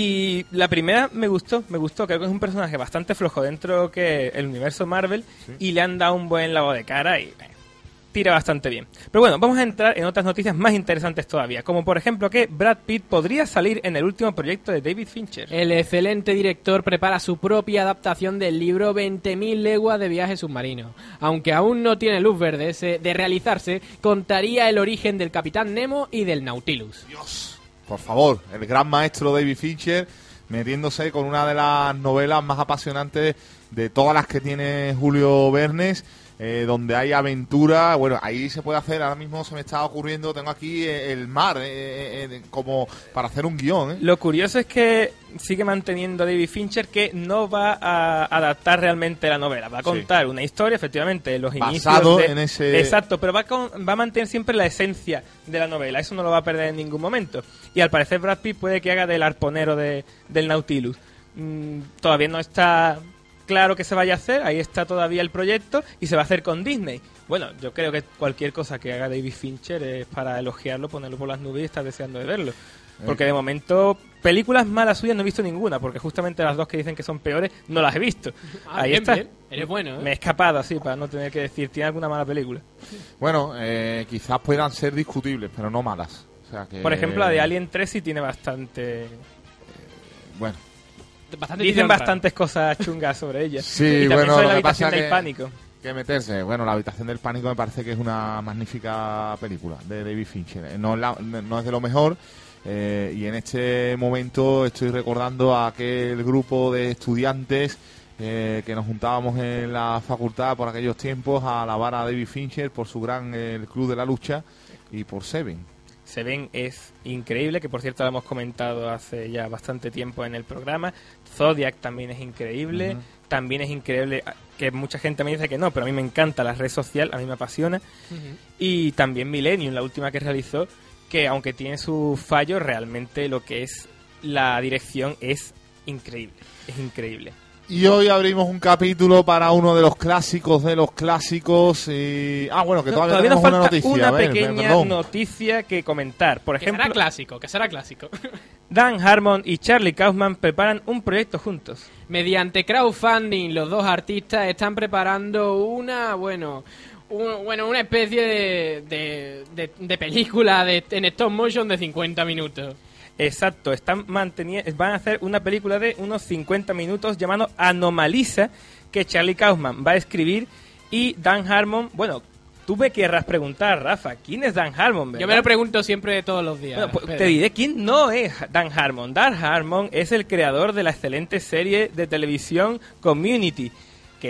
Y la primera me gustó, me gustó, creo que es un personaje bastante flojo dentro que el universo Marvel, sí. Y le han dado un buen lavado de cara y eh, tira bastante bien. Pero bueno, vamos a entrar en otras noticias más interesantes todavía, como por ejemplo que Brad Pitt podría salir en el último proyecto de David Fincher. El excelente director prepara su propia adaptación del libro veinte mil leguas de viaje submarino. Aunque aún no tiene luz verde ese de realizarse, contaría el origen del Capitán Nemo y del Nautilus. Dios. Por favor, el gran maestro David Fincher metiéndose con una de las novelas más apasionantes de todas las que tiene Julio Verne, eh, donde hay aventura. Bueno, ahí se puede hacer, ahora mismo se me está ocurriendo, tengo aquí el mar eh, eh, como para hacer un guión. ¿eh? Lo curioso es que sigue manteniendo David Fincher que no va a adaptar realmente la novela, va a contar sí. una historia, efectivamente, los basado inicios de... en ese... Exacto, pero va a, con... va a mantener siempre la esencia de la novela, eso no lo va a perder en ningún momento. Y al parecer Brad Pitt puede que haga del arponero de... del Nautilus. Mm, todavía no está claro que se vaya a hacer, ahí está todavía el proyecto y se va a hacer con Disney. Bueno, yo creo que cualquier cosa que haga David Fincher es para elogiarlo, ponerlo por las nubes y estar deseando de verlo. Porque de momento, películas malas suyas no he visto ninguna, porque justamente las dos que dicen que son peores no las he visto. Ah, ahí bien, está. Bien. Eres bueno, ¿eh? Me he escapado así para no tener que decir, ¿tiene alguna mala película? Bueno, eh, quizás puedan ser discutibles, pero no malas. O sea que... Por ejemplo, la de Alien tres sí tiene bastante... Eh, bueno. Bastante Dicen bastantes cosas chungas sobre ella. Sí, y también bueno, sobre lo la que habitación pasa del que... pánico. Que meterse. Bueno, La habitación del pánico me parece que es una magnífica película de David Fincher. No, la, no es de lo mejor. Eh, y en este momento estoy recordando a aquel grupo de estudiantes eh, que nos juntábamos en la facultad por aquellos tiempos a alabar a David Fincher por su gran El Club de la Lucha y por Seven. Seven es increíble, que por cierto lo hemos comentado hace ya bastante tiempo en el programa. Zodiac también es increíble. Uh-huh. También es increíble, que mucha gente me dice que no, pero a mí me encanta la red social, a mí me apasiona. Uh-huh. Y también Millennium, la última que realizó, que aunque tiene sus fallos, realmente lo que es la dirección es increíble, es increíble. Y hoy abrimos un capítulo para uno de los clásicos de los clásicos y... Ah, bueno, que no, todavía, todavía tenemos nos falta una noticia. una ver, pequeña perdón. noticia que comentar. Por ejemplo, que será clásico, que será clásico. Dan Harmon y Charlie Kaufman preparan un proyecto juntos. Mediante crowdfunding, los dos artistas están preparando una, bueno... Un, bueno, una especie de, de, de, de película de, en stop motion de cincuenta minutos. Exacto, están manteniendo, van a hacer una película de unos cincuenta minutos llamado Anomalisa, que Charlie Kaufman va a escribir y Dan Harmon, bueno, tú me querrás preguntar, Rafa, ¿quién es Dan Harmon? ¿verdad? Yo me lo pregunto siempre todos los días. Bueno, pues, te diré quién no es Dan Harmon. Dan Harmon es el creador de la excelente serie de televisión Community, que es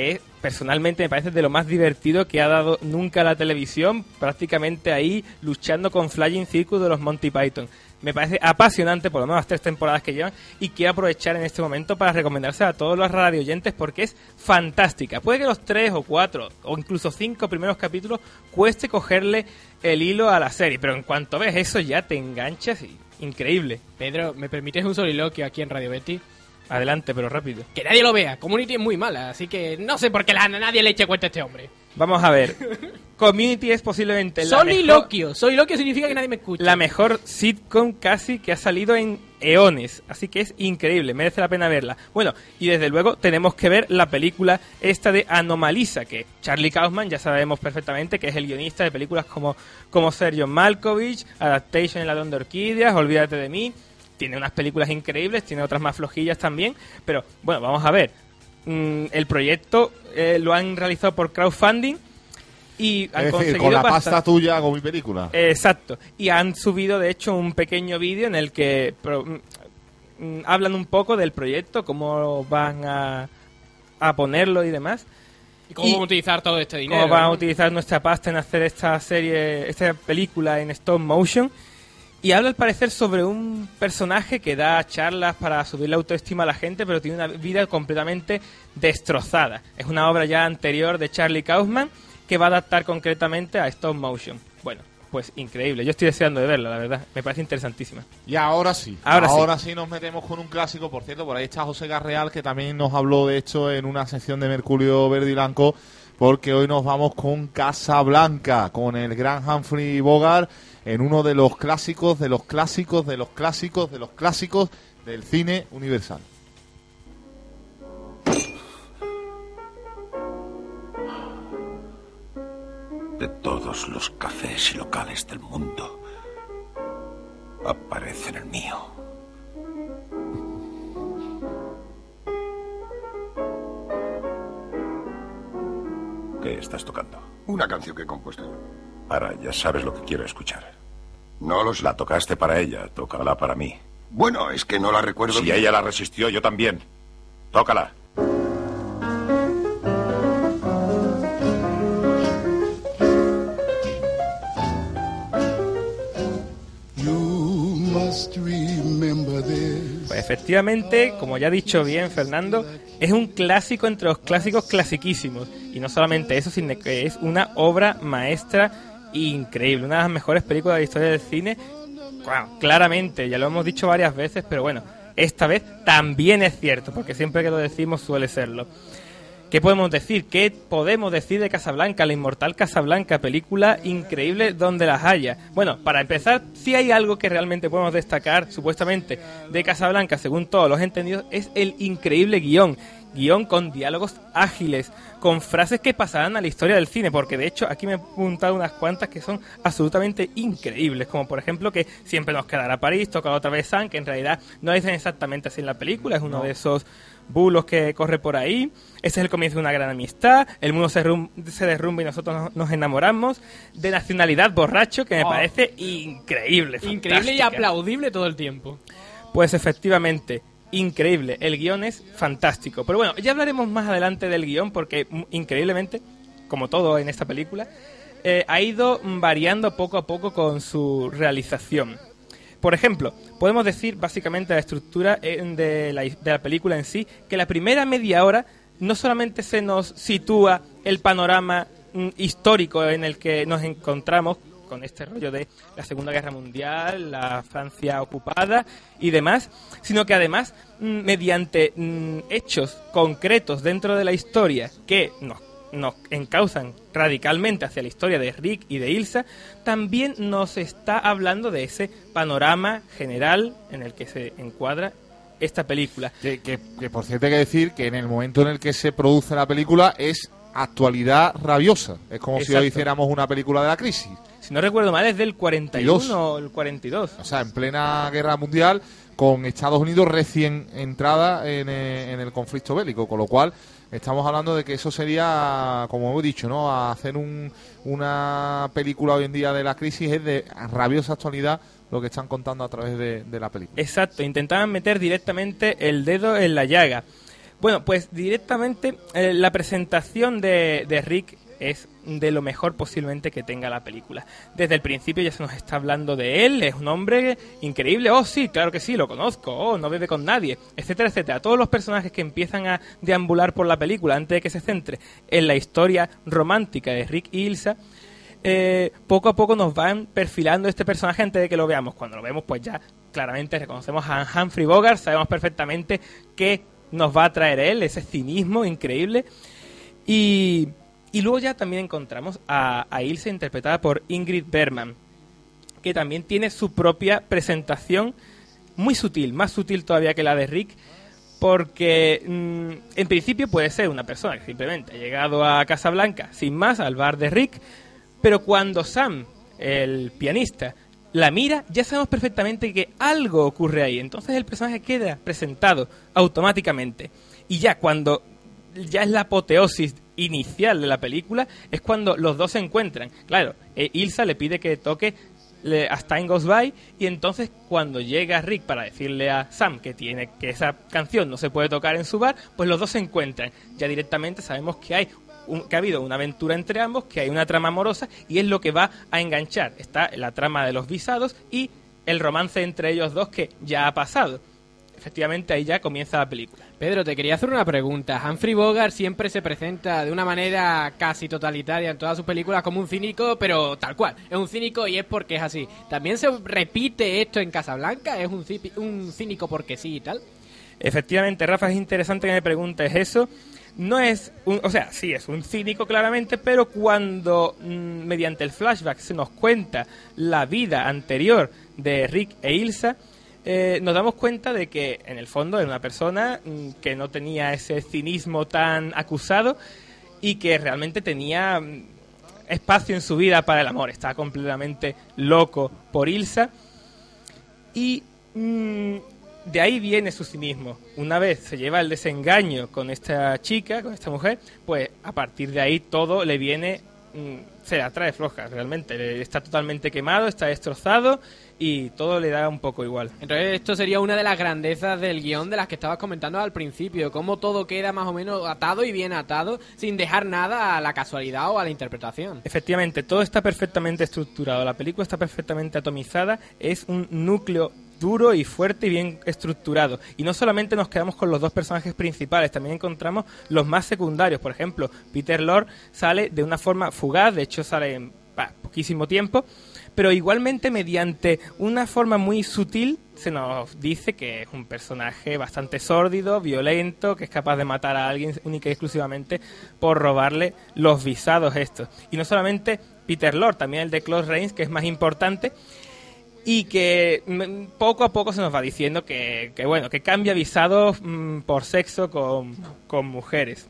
personalmente me parece de lo más divertido que ha dado nunca la televisión, prácticamente ahí luchando con Flying Circus de los Monty Python. Me parece apasionante, por lo menos las tres temporadas que llevan, y quiero aprovechar en este momento para recomendársela a todos los radioyentes porque es fantástica. Puede que los tres o cuatro o incluso cinco primeros capítulos cueste cogerle el hilo a la serie, pero en cuanto ves eso ya te enganchas y increíble. Pedro, ¿me permites un soliloquio aquí en Radio Betis? Adelante, pero rápido. Que nadie lo vea. Community es muy mala, así que no sé por qué la, nadie le eche cuenta a este hombre. Vamos a ver. Community es posiblemente la Soliloquio. mejor... Soliloquio significa que nadie me escucha. La mejor sitcom casi que ha salido en eones. Así que es increíble, merece la pena verla. Bueno, y desde luego tenemos que ver la película esta de Anomalisa, que Charlie Kaufman ya sabemos perfectamente que es el guionista de películas como, como Sergio Malkovich, Adaptation, El ladrón de orquídeas, Olvídate de mí. Tiene unas películas increíbles, tiene otras más flojillas también, pero bueno, vamos a ver. Mm, el proyecto eh, lo han realizado por crowdfunding y han es conseguido decir, con la bastante... pasta tuya hago mi película. Eh, exacto. Y han subido, de hecho, un pequeño vídeo en el que pro, mm, hablan un poco del proyecto, cómo van a, a ponerlo y demás. ¿Y cómo y van a utilizar todo este dinero? Cómo van ¿no? a utilizar nuestra pasta en hacer esta serie, esta película en stop motion. Y habla al parecer sobre un personaje que da charlas para subir la autoestima a la gente, pero tiene una vida completamente destrozada. Es una obra ya anterior de Charlie Kaufman que va a adaptar concretamente a stop motion. Bueno, pues increíble. Yo estoy deseando de verla, la verdad. Me parece interesantísima. Y ahora sí. Ahora, ahora sí. sí nos metemos con un clásico. Por cierto, por ahí está José Garreal, que también nos habló de hecho en una sección de Mercurio Verde y Blanco, porque hoy nos vamos con Casablanca, con el gran Humphrey Bogart, en uno de los clásicos, de los clásicos, de los clásicos, de los clásicos del cine universal. De todos los cafés y locales del mundo, aparece en el mío. ¿Qué estás tocando? Una canción que he compuesto. Ahora ya sabes lo que quiero escuchar. No lo sé. La tocaste para ella, tócala para mí. Bueno, es que no la recuerdo. Si bien. ella la resistió, yo también. Tócala. Pues efectivamente, como ya ha dicho bien Fernando, es un clásico entre los clásicos clasiquísimos. Y no solamente eso, sino que es una obra maestra increíble, una de las mejores películas de la historia del cine. Bueno, claramente, ya lo hemos dicho varias veces, pero bueno, esta vez también es cierto, porque siempre que lo decimos suele serlo. ¿Qué podemos decir? ¿Qué podemos decir de Casablanca, la inmortal Casablanca, película increíble donde las haya? Bueno, para empezar, si hay algo que realmente podemos destacar, supuestamente, de Casablanca, según todos los entendidos, es el increíble guión. Guión con diálogos ágiles, con frases que pasarán a la historia del cine, porque de hecho aquí me he apuntado unas cuantas que son absolutamente increíbles, como por ejemplo que siempre nos quedará París, toca otra vez San, que en realidad no dicen exactamente así en la película, es uno no. de esos bulos que corre por ahí. Ese es el comienzo de una gran amistad, el mundo se, rum- se derrumba y nosotros nos, nos enamoramos, de nacionalidad borracho, que me oh. parece increíble, increíble fantástica. Y aplaudible todo el tiempo. Pues efectivamente, increíble, el guión es fantástico. Pero bueno, ya hablaremos más adelante del guión porque increíblemente, como todo en esta película, eh, ha ido variando poco a poco con su realización. Por ejemplo, podemos decir básicamente la estructura de la, de la película en sí, que la primera media hora no solamente se nos sitúa el panorama mm, histórico en el que nos encontramos, con este rollo de la Segunda Guerra Mundial, la Francia ocupada y demás, sino que además, mediante mm, hechos concretos dentro de la historia que nos, nos encauzan radicalmente hacia la historia de Rick y de Ilsa, también nos está hablando de ese panorama general en el que se encuadra esta película. Que, que, que por cierto hay que decir que en el momento en el que se produce la película es actualidad rabiosa. Es como Exacto. si hoy hiciéramos una película de la crisis. Si no recuerdo mal, es del cuarenta y uno o el cuarenta y dos. O sea, en plena guerra mundial, con Estados Unidos recién entrada en, eh, en el conflicto bélico. Con lo cual, estamos hablando de que eso sería, como hemos dicho, ¿no? Hacer un, una película hoy en día de la crisis es de rabiosa actualidad lo que están contando a través de, de la película. Exacto, intentaban meter directamente el dedo en la llaga. Bueno, pues directamente eh, la presentación de, de Rick es de lo mejor posiblemente que tenga la película. Desde el principio ya se nos está hablando de él, es un hombre increíble, oh sí, claro que sí, lo conozco, oh, no bebe con nadie, etcétera, etcétera. Todos los personajes que empiezan a deambular por la película antes de que se centre en la historia romántica de Rick y Ilsa, eh, poco a poco nos van perfilando este personaje antes de que lo veamos. Cuando lo vemos, pues ya claramente reconocemos a Humphrey Bogart, sabemos perfectamente qué nos va a traer él, ese cinismo increíble. Y... Y luego ya también encontramos a, a Ilsa interpretada por Ingrid Bergman, que también tiene su propia presentación muy sutil, más sutil todavía que la de Rick, porque mmm, en principio puede ser una persona que simplemente ha llegado a Casablanca sin más, al bar de Rick, pero cuando Sam, el pianista, la mira, ya sabemos perfectamente que algo ocurre ahí. Entonces el personaje queda presentado automáticamente. Y ya cuando ya es la apoteosis inicial de la película, es cuando los dos se encuentran. Claro, eh, Ilsa le pide que toque le, As Time Goes By, y entonces cuando llega Rick para decirle a Sam que tiene que esa canción no se puede tocar en su bar, pues los dos se encuentran. Ya directamente sabemos que hay un, que ha habido una aventura entre ambos, que hay una trama amorosa, y es lo que va a enganchar. Está la trama de los visados y el romance entre ellos dos que ya ha pasado. Efectivamente, ahí ya comienza la película. Pedro, te quería hacer una pregunta. Humphrey Bogart siempre se presenta de una manera casi totalitaria en todas sus películas como un cínico, pero tal cual. Es un cínico y es porque es así. ¿También se repite esto en Casablanca? ¿Es un, un cínico porque sí y tal? Efectivamente, Rafa, es interesante que me preguntes eso. No es un, o sea, sí es un cínico claramente, pero cuando mmm, mediante el flashback se nos cuenta la vida anterior de Rick e Ilsa, Eh, nos damos cuenta de que en el fondo era una persona mm, que no tenía ese cinismo tan acusado y que realmente tenía mm, espacio en su vida para el amor. Estaba completamente loco por Ilsa y mm, de ahí viene su cinismo. Una vez se lleva el desengaño con esta chica, con esta mujer, pues a partir de ahí todo le viene, mm, se la trae floja realmente. Está totalmente quemado, está destrozado y todo le da un poco igual. Entonces esto sería una de las grandezas del guión de las que estabas comentando al principio, cómo todo queda más o menos atado y bien atado, sin dejar nada a la casualidad o a la interpretación. Efectivamente, todo está perfectamente estructurado, la película está perfectamente atomizada, es un núcleo duro y fuerte y bien estructurado. Y no solamente nos quedamos con los dos personajes principales, también encontramos los más secundarios. Por ejemplo, Peter Lorre sale de una forma fugaz, de hecho sale en bah, poquísimo tiempo, pero igualmente mediante una forma muy sutil se nos dice que es un personaje bastante sórdido, violento, que es capaz de matar a alguien única y exclusivamente por robarle los visados estos. Y no solamente Peter Lorre, también el de Claude Rains, que es más importante, y que mm, poco a poco se nos va diciendo que, que bueno, que cambia visados mm, por sexo con, con mujeres.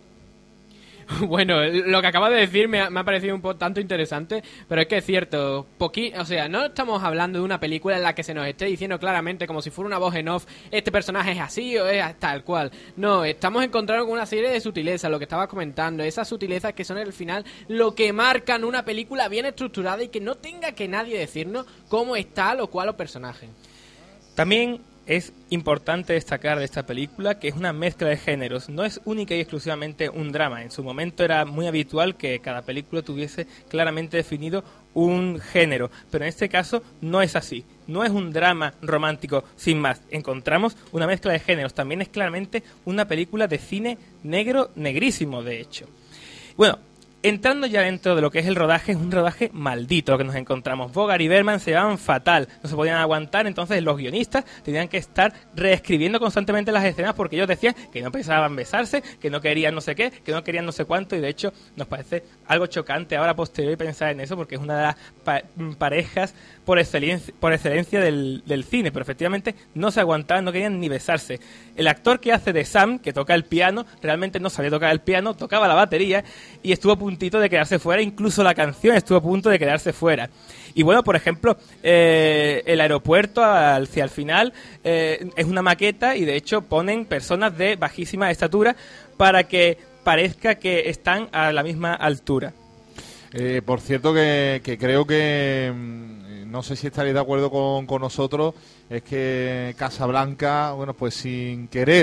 Bueno, lo que acabas de decir me ha, me ha parecido un poco tanto interesante, pero es que es cierto, poqui, o sea, no estamos hablando de una película en la que se nos esté diciendo claramente, como si fuera una voz en off, este personaje es así o es tal cual. No, estamos encontrando con una serie de sutilezas, lo que estabas comentando, esas sutilezas que son al final lo que marcan una película bien estructurada y que no tenga que nadie decirnos cómo es tal o cual o personaje. También es importante destacar de esta película que es una mezcla de géneros, no es única y exclusivamente un drama. En su momento era muy habitual que cada película tuviese claramente definido un género, pero en este caso no es así, no es un drama romántico sin más, encontramos una mezcla de géneros, también es claramente una película de cine negro, negrísimo de hecho. Bueno, entrando ya dentro de lo que es el rodaje, es un rodaje maldito lo que nos encontramos. Bogart y Bergman se llevaban fatal, no se podían aguantar, entonces los guionistas tenían que estar reescribiendo constantemente las escenas porque ellos decían que no pensaban besarse, que no querían no sé qué, que no querían no sé cuánto, y de hecho nos parece algo chocante ahora posterior pensar en eso porque es una de las pa- parejas por excelencia, por excelencia del, del cine, pero efectivamente no se aguantaban, no querían ni besarse. El actor que hace de Sam, que toca el piano, realmente no sabía tocar el piano, tocaba la batería y estuvo a puntito de quedarse fuera, incluso la canción estuvo a punto de quedarse fuera. Y bueno, por ejemplo, eh, el aeropuerto hacia el final eh, es una maqueta y de hecho ponen personas de bajísima estatura para que parezca que están a la misma altura. Eh, por cierto que, que creo que, no sé si estaréis de acuerdo con, con nosotros, es que Casablanca, bueno, pues sin querer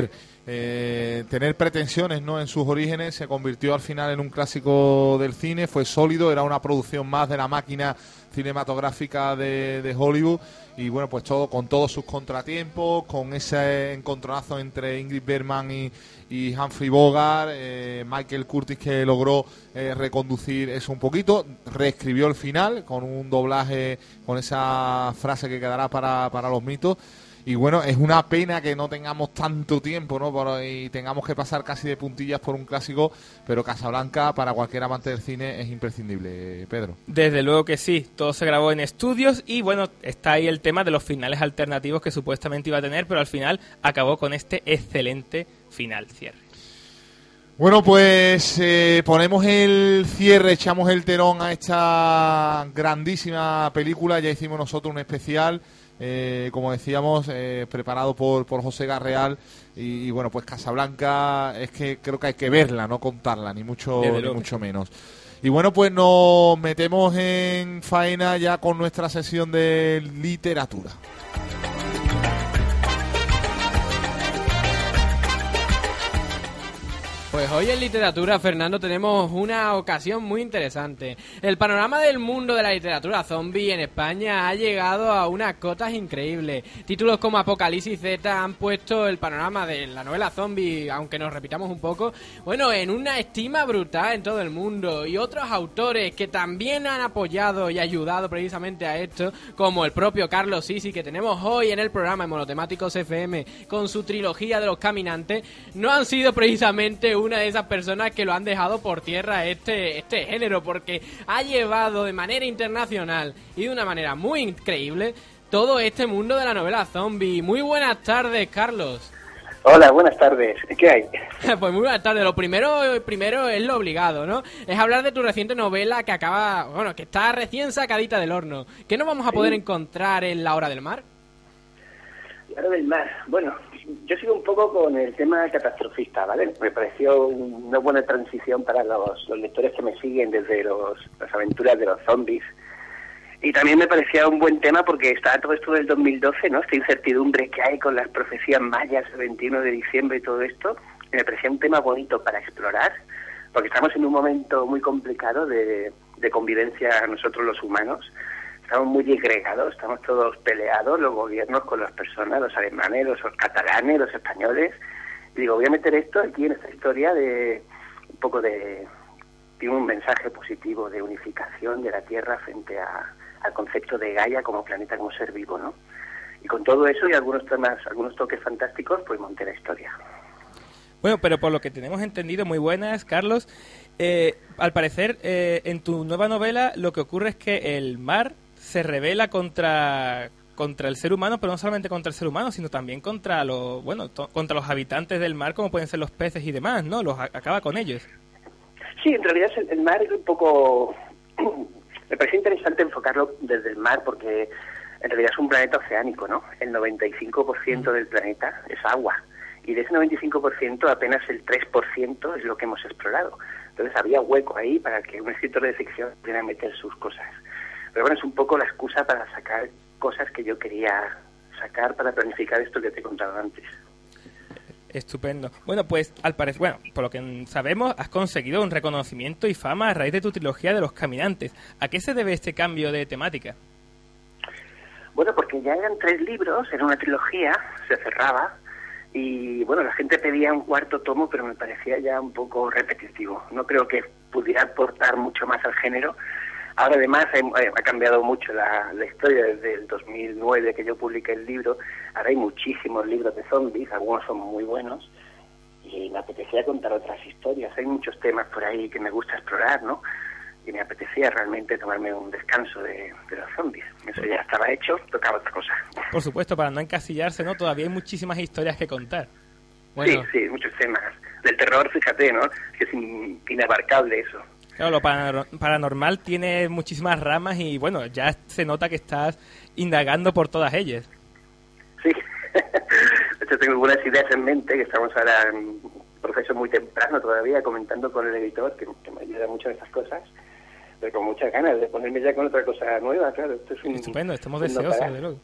eh, tener pretensiones, ¿no?, en sus orígenes. Se convirtió al final en un clásico del cine, fue sólido, era una producción más de la máquina cinematográfica de, de Hollywood, y bueno, pues todo con todos sus contratiempos, con ese encontronazo entre Ingrid Bergman y, y Humphrey Bogart, eh, Michael Curtis, que logró eh, reconducir eso un poquito, reescribió el final con un doblaje, con esa frase que quedará para, para los mitos. Y bueno, es una pena que no tengamos tanto tiempo, ¿no?, por, y tengamos que pasar casi de puntillas por un clásico, pero Casablanca para cualquier amante del cine es imprescindible, Pedro. Desde luego que sí, todo se grabó en estudios y bueno, está ahí el tema de los finales alternativos que supuestamente iba a tener, pero al final acabó con este excelente final, cierre. Bueno, pues eh, ponemos el cierre, echamos el telón a esta grandísima película. Ya hicimos nosotros un especial, Eh, como decíamos, eh, preparado por, por José Garreal, y, y bueno, pues Casablanca es que creo que hay que verla, no contarla, ni mucho, ni mucho menos. Y bueno, pues nos metemos en faena ya con nuestra sesión de literatura. Pues hoy en literatura, Fernando, tenemos una ocasión muy interesante. El panorama del mundo de la literatura zombie en España ha llegado a unas cotas increíbles. Títulos como Apocalipsis Z han puesto el panorama de la novela zombie, aunque nos repitamos un poco, bueno, en una estima brutal en todo el mundo. Y otros autores que también han apoyado y ayudado precisamente a esto, como el propio Carlos Sisi, que tenemos hoy en el programa en Monotemáticos F M con su trilogía de los caminantes, no han sido precisamente una de esas personas que lo han dejado por tierra este, este género, porque ha llevado de manera internacional y de una manera muy increíble todo este mundo de la novela zombie. Muy buenas tardes, Carlos. Hola, buenas tardes. ¿Qué hay? Pues muy buenas tardes. Lo primero, primero es lo obligado, ¿no? Es hablar de tu reciente novela que acaba, bueno, que está recién sacadita del horno. ¿Qué nos vamos a poder sí. encontrar en La Hora del Mar? La Hora del Mar, bueno, yo sigo un poco con el tema catastrofista, ¿vale? Me pareció una buena transición para los, los lectores que me siguen desde los, las aventuras de los zombies. Y también me parecía un buen tema porque está todo esto del dos mil doce, ¿no? Esta incertidumbre que hay con las profecías mayas el veintiuno de diciembre y todo esto. Y me parecía un tema bonito para explorar, porque estamos en un momento muy complicado de, de convivencia nosotros los humanos. Estamos muy disgregados, estamos todos peleados, los gobiernos con las personas, los alemanes, los catalanes, los españoles. Y digo, voy a meter esto aquí en esta historia de un poco de... tiene un mensaje positivo de unificación de la Tierra frente a, al concepto de Gaia como planeta, como ser vivo, ¿no? Y con todo eso y algunos temas, algunos toques fantásticos, pues monté la historia. Bueno, pero por lo que tenemos entendido, muy buenas, Carlos. Eh, al parecer, eh, en tu nueva novela lo que ocurre es que el mar se revela contra contra el ser humano, pero no solamente contra el ser humano, sino también contra los, bueno, to, contra los habitantes del mar, como pueden ser los peces y demás, ¿no? Los a, acaba con ellos. Sí, en realidad el, el mar es un poco... me parece interesante enfocarlo desde el mar porque en realidad es un planeta oceánico, ¿no? El noventa y cinco por ciento mm. del planeta es agua. Y de ese noventa y cinco por ciento apenas el tres por ciento es lo que hemos explorado. Entonces había hueco ahí para que un escritor de ficción pudiera meter sus cosas. Pero bueno, es un poco la excusa para sacar cosas que yo quería sacar para planificar esto que te he contado antes. Estupendo. Bueno, pues al parecer, bueno, por lo que sabemos, has conseguido un reconocimiento y fama a raíz de tu trilogía de los caminantes. ¿A qué se debe este cambio de temática? Bueno, porque ya eran tres libros, era una trilogía, se cerraba, y bueno, la gente pedía un cuarto tomo, pero me parecía ya un poco repetitivo. No creo que pudiera aportar mucho más al género. Ahora además ha cambiado mucho la, la historia desde el dos mil nueve que yo publiqué el libro. Ahora hay muchísimos libros de zombies, algunos son muy buenos y me apetecía contar otras historias. Hay muchos temas por ahí que me gusta explorar, ¿no? Y me apetecía realmente tomarme un descanso de, de los zombies. Eso ya estaba hecho, tocaba otra cosa. Por supuesto, para no encasillarse, ¿no? Todavía hay muchísimas historias que contar. Bueno. Sí, sí, muchos temas. Del terror, fíjate, ¿no? Que es in, inabarcable eso. Claro, lo paranormal tiene muchísimas ramas y bueno, ya se nota que estás indagando por todas ellas. Sí, de hecho tengo algunas ideas en mente, que estamos ahora en un proceso muy temprano todavía, comentando con el editor, que, que me ayuda mucho en estas cosas, pero con muchas ganas de ponerme ya con otra cosa nueva, claro. Esto es un, estupendo, estamos deseosos, de luego.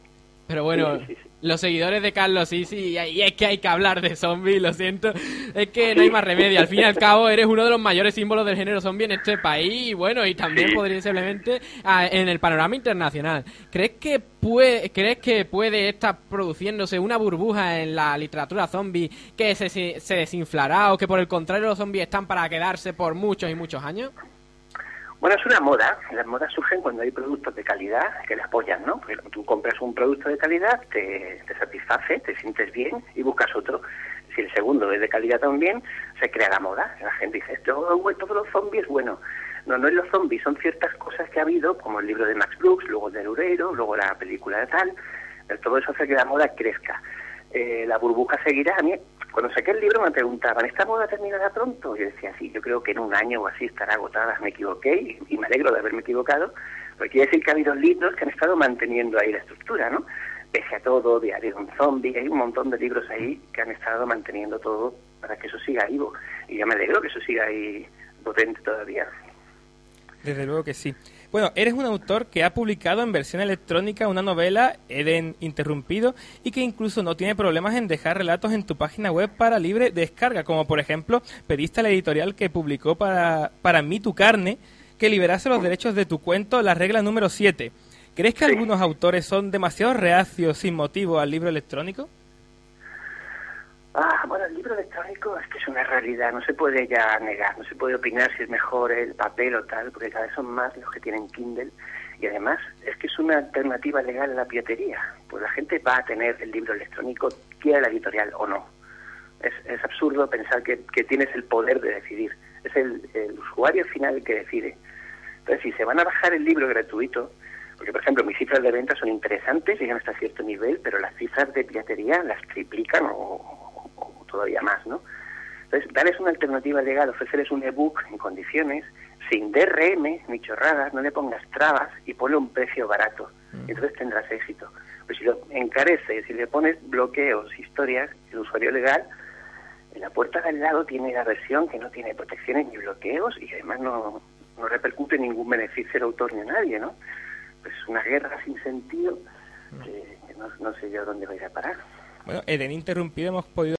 Pero bueno, sí, sí, sí. Los seguidores de Carlos Sisi, y es que hay que hablar de zombies, lo siento, es que no hay más remedio. Al fin y al cabo, eres uno de los mayores símbolos del género zombie en este país, y bueno, y también sí. podría simplemente en el panorama internacional. ¿Crees que puede, crees que puede estar produciéndose una burbuja en la literatura zombie que se, se desinflará, o que por el contrario los zombies están para quedarse por muchos y muchos años? Bueno, es una moda. Las modas surgen cuando hay productos de calidad que le apoyan, ¿no? Porque tú compras un producto de calidad, te, te satisface, te sientes bien y buscas otro. Si el segundo es de calidad también, se crea la moda. La gente dice, todo, todos los zombies, bueno, no, no es los zombies, son ciertas cosas que ha habido, como el libro de Max Brooks, luego el del Ureiro, luego la película de tal. Todo eso hace que la moda crezca. Eh, la burbuja seguirá. A mí, cuando saqué el libro me preguntaban, ¿esta moda terminará pronto? Yo decía, sí, yo creo que en un año o así estará agotada. Me equivoqué y, y me alegro de haberme equivocado, porque quiere decir que ha habido libros que han estado manteniendo ahí la estructura, ¿no? Pese a todo, Diario de un zombie, hay un montón de libros ahí que han estado manteniendo todo para que eso siga vivo. Y yo me alegro que eso siga ahí potente todavía. Desde luego que sí. Bueno, eres un autor que ha publicado en versión electrónica una novela, Eden Interrumpido, y que incluso no tiene problemas en dejar relatos en tu página web para libre descarga, como por ejemplo pediste a la editorial que publicó para, para mí tu carne que liberase los derechos de tu cuento, la regla número siete. ¿Crees que sí. algunos autores son demasiado reacios sin motivo al libro electrónico? Ah, bueno, el libro electrónico es que es una realidad, no se puede ya negar, no se puede opinar si es mejor el papel o tal, porque cada vez son más los que tienen Kindle, y además es que es una alternativa legal a la piratería, pues la gente va a tener el libro electrónico, quiera la editorial o no. Es, es absurdo pensar que, que tienes el poder de decidir, es el, el usuario final el que decide. Entonces, si se van a bajar el libro gratuito, porque por ejemplo mis cifras de ventas son interesantes, llegan hasta cierto nivel, pero las cifras de piratería las triplican o todavía más, ¿no? Entonces, darles una alternativa legal, ofrecerles un ebook en condiciones, sin D R M ni chorradas, no le pongas trabas y ponle un precio barato. Mm. Entonces tendrás éxito. Pues si lo encareces, si le pones bloqueos, historias, el usuario legal, en la puerta de al lado tiene la versión que no tiene protecciones ni bloqueos y además no, no repercute ningún beneficio al autor ni a nadie, ¿no? Pues una guerra sin sentido que, que no, no sé yo dónde va a ir a parar. Bueno, Eden Interrumpido hemos podido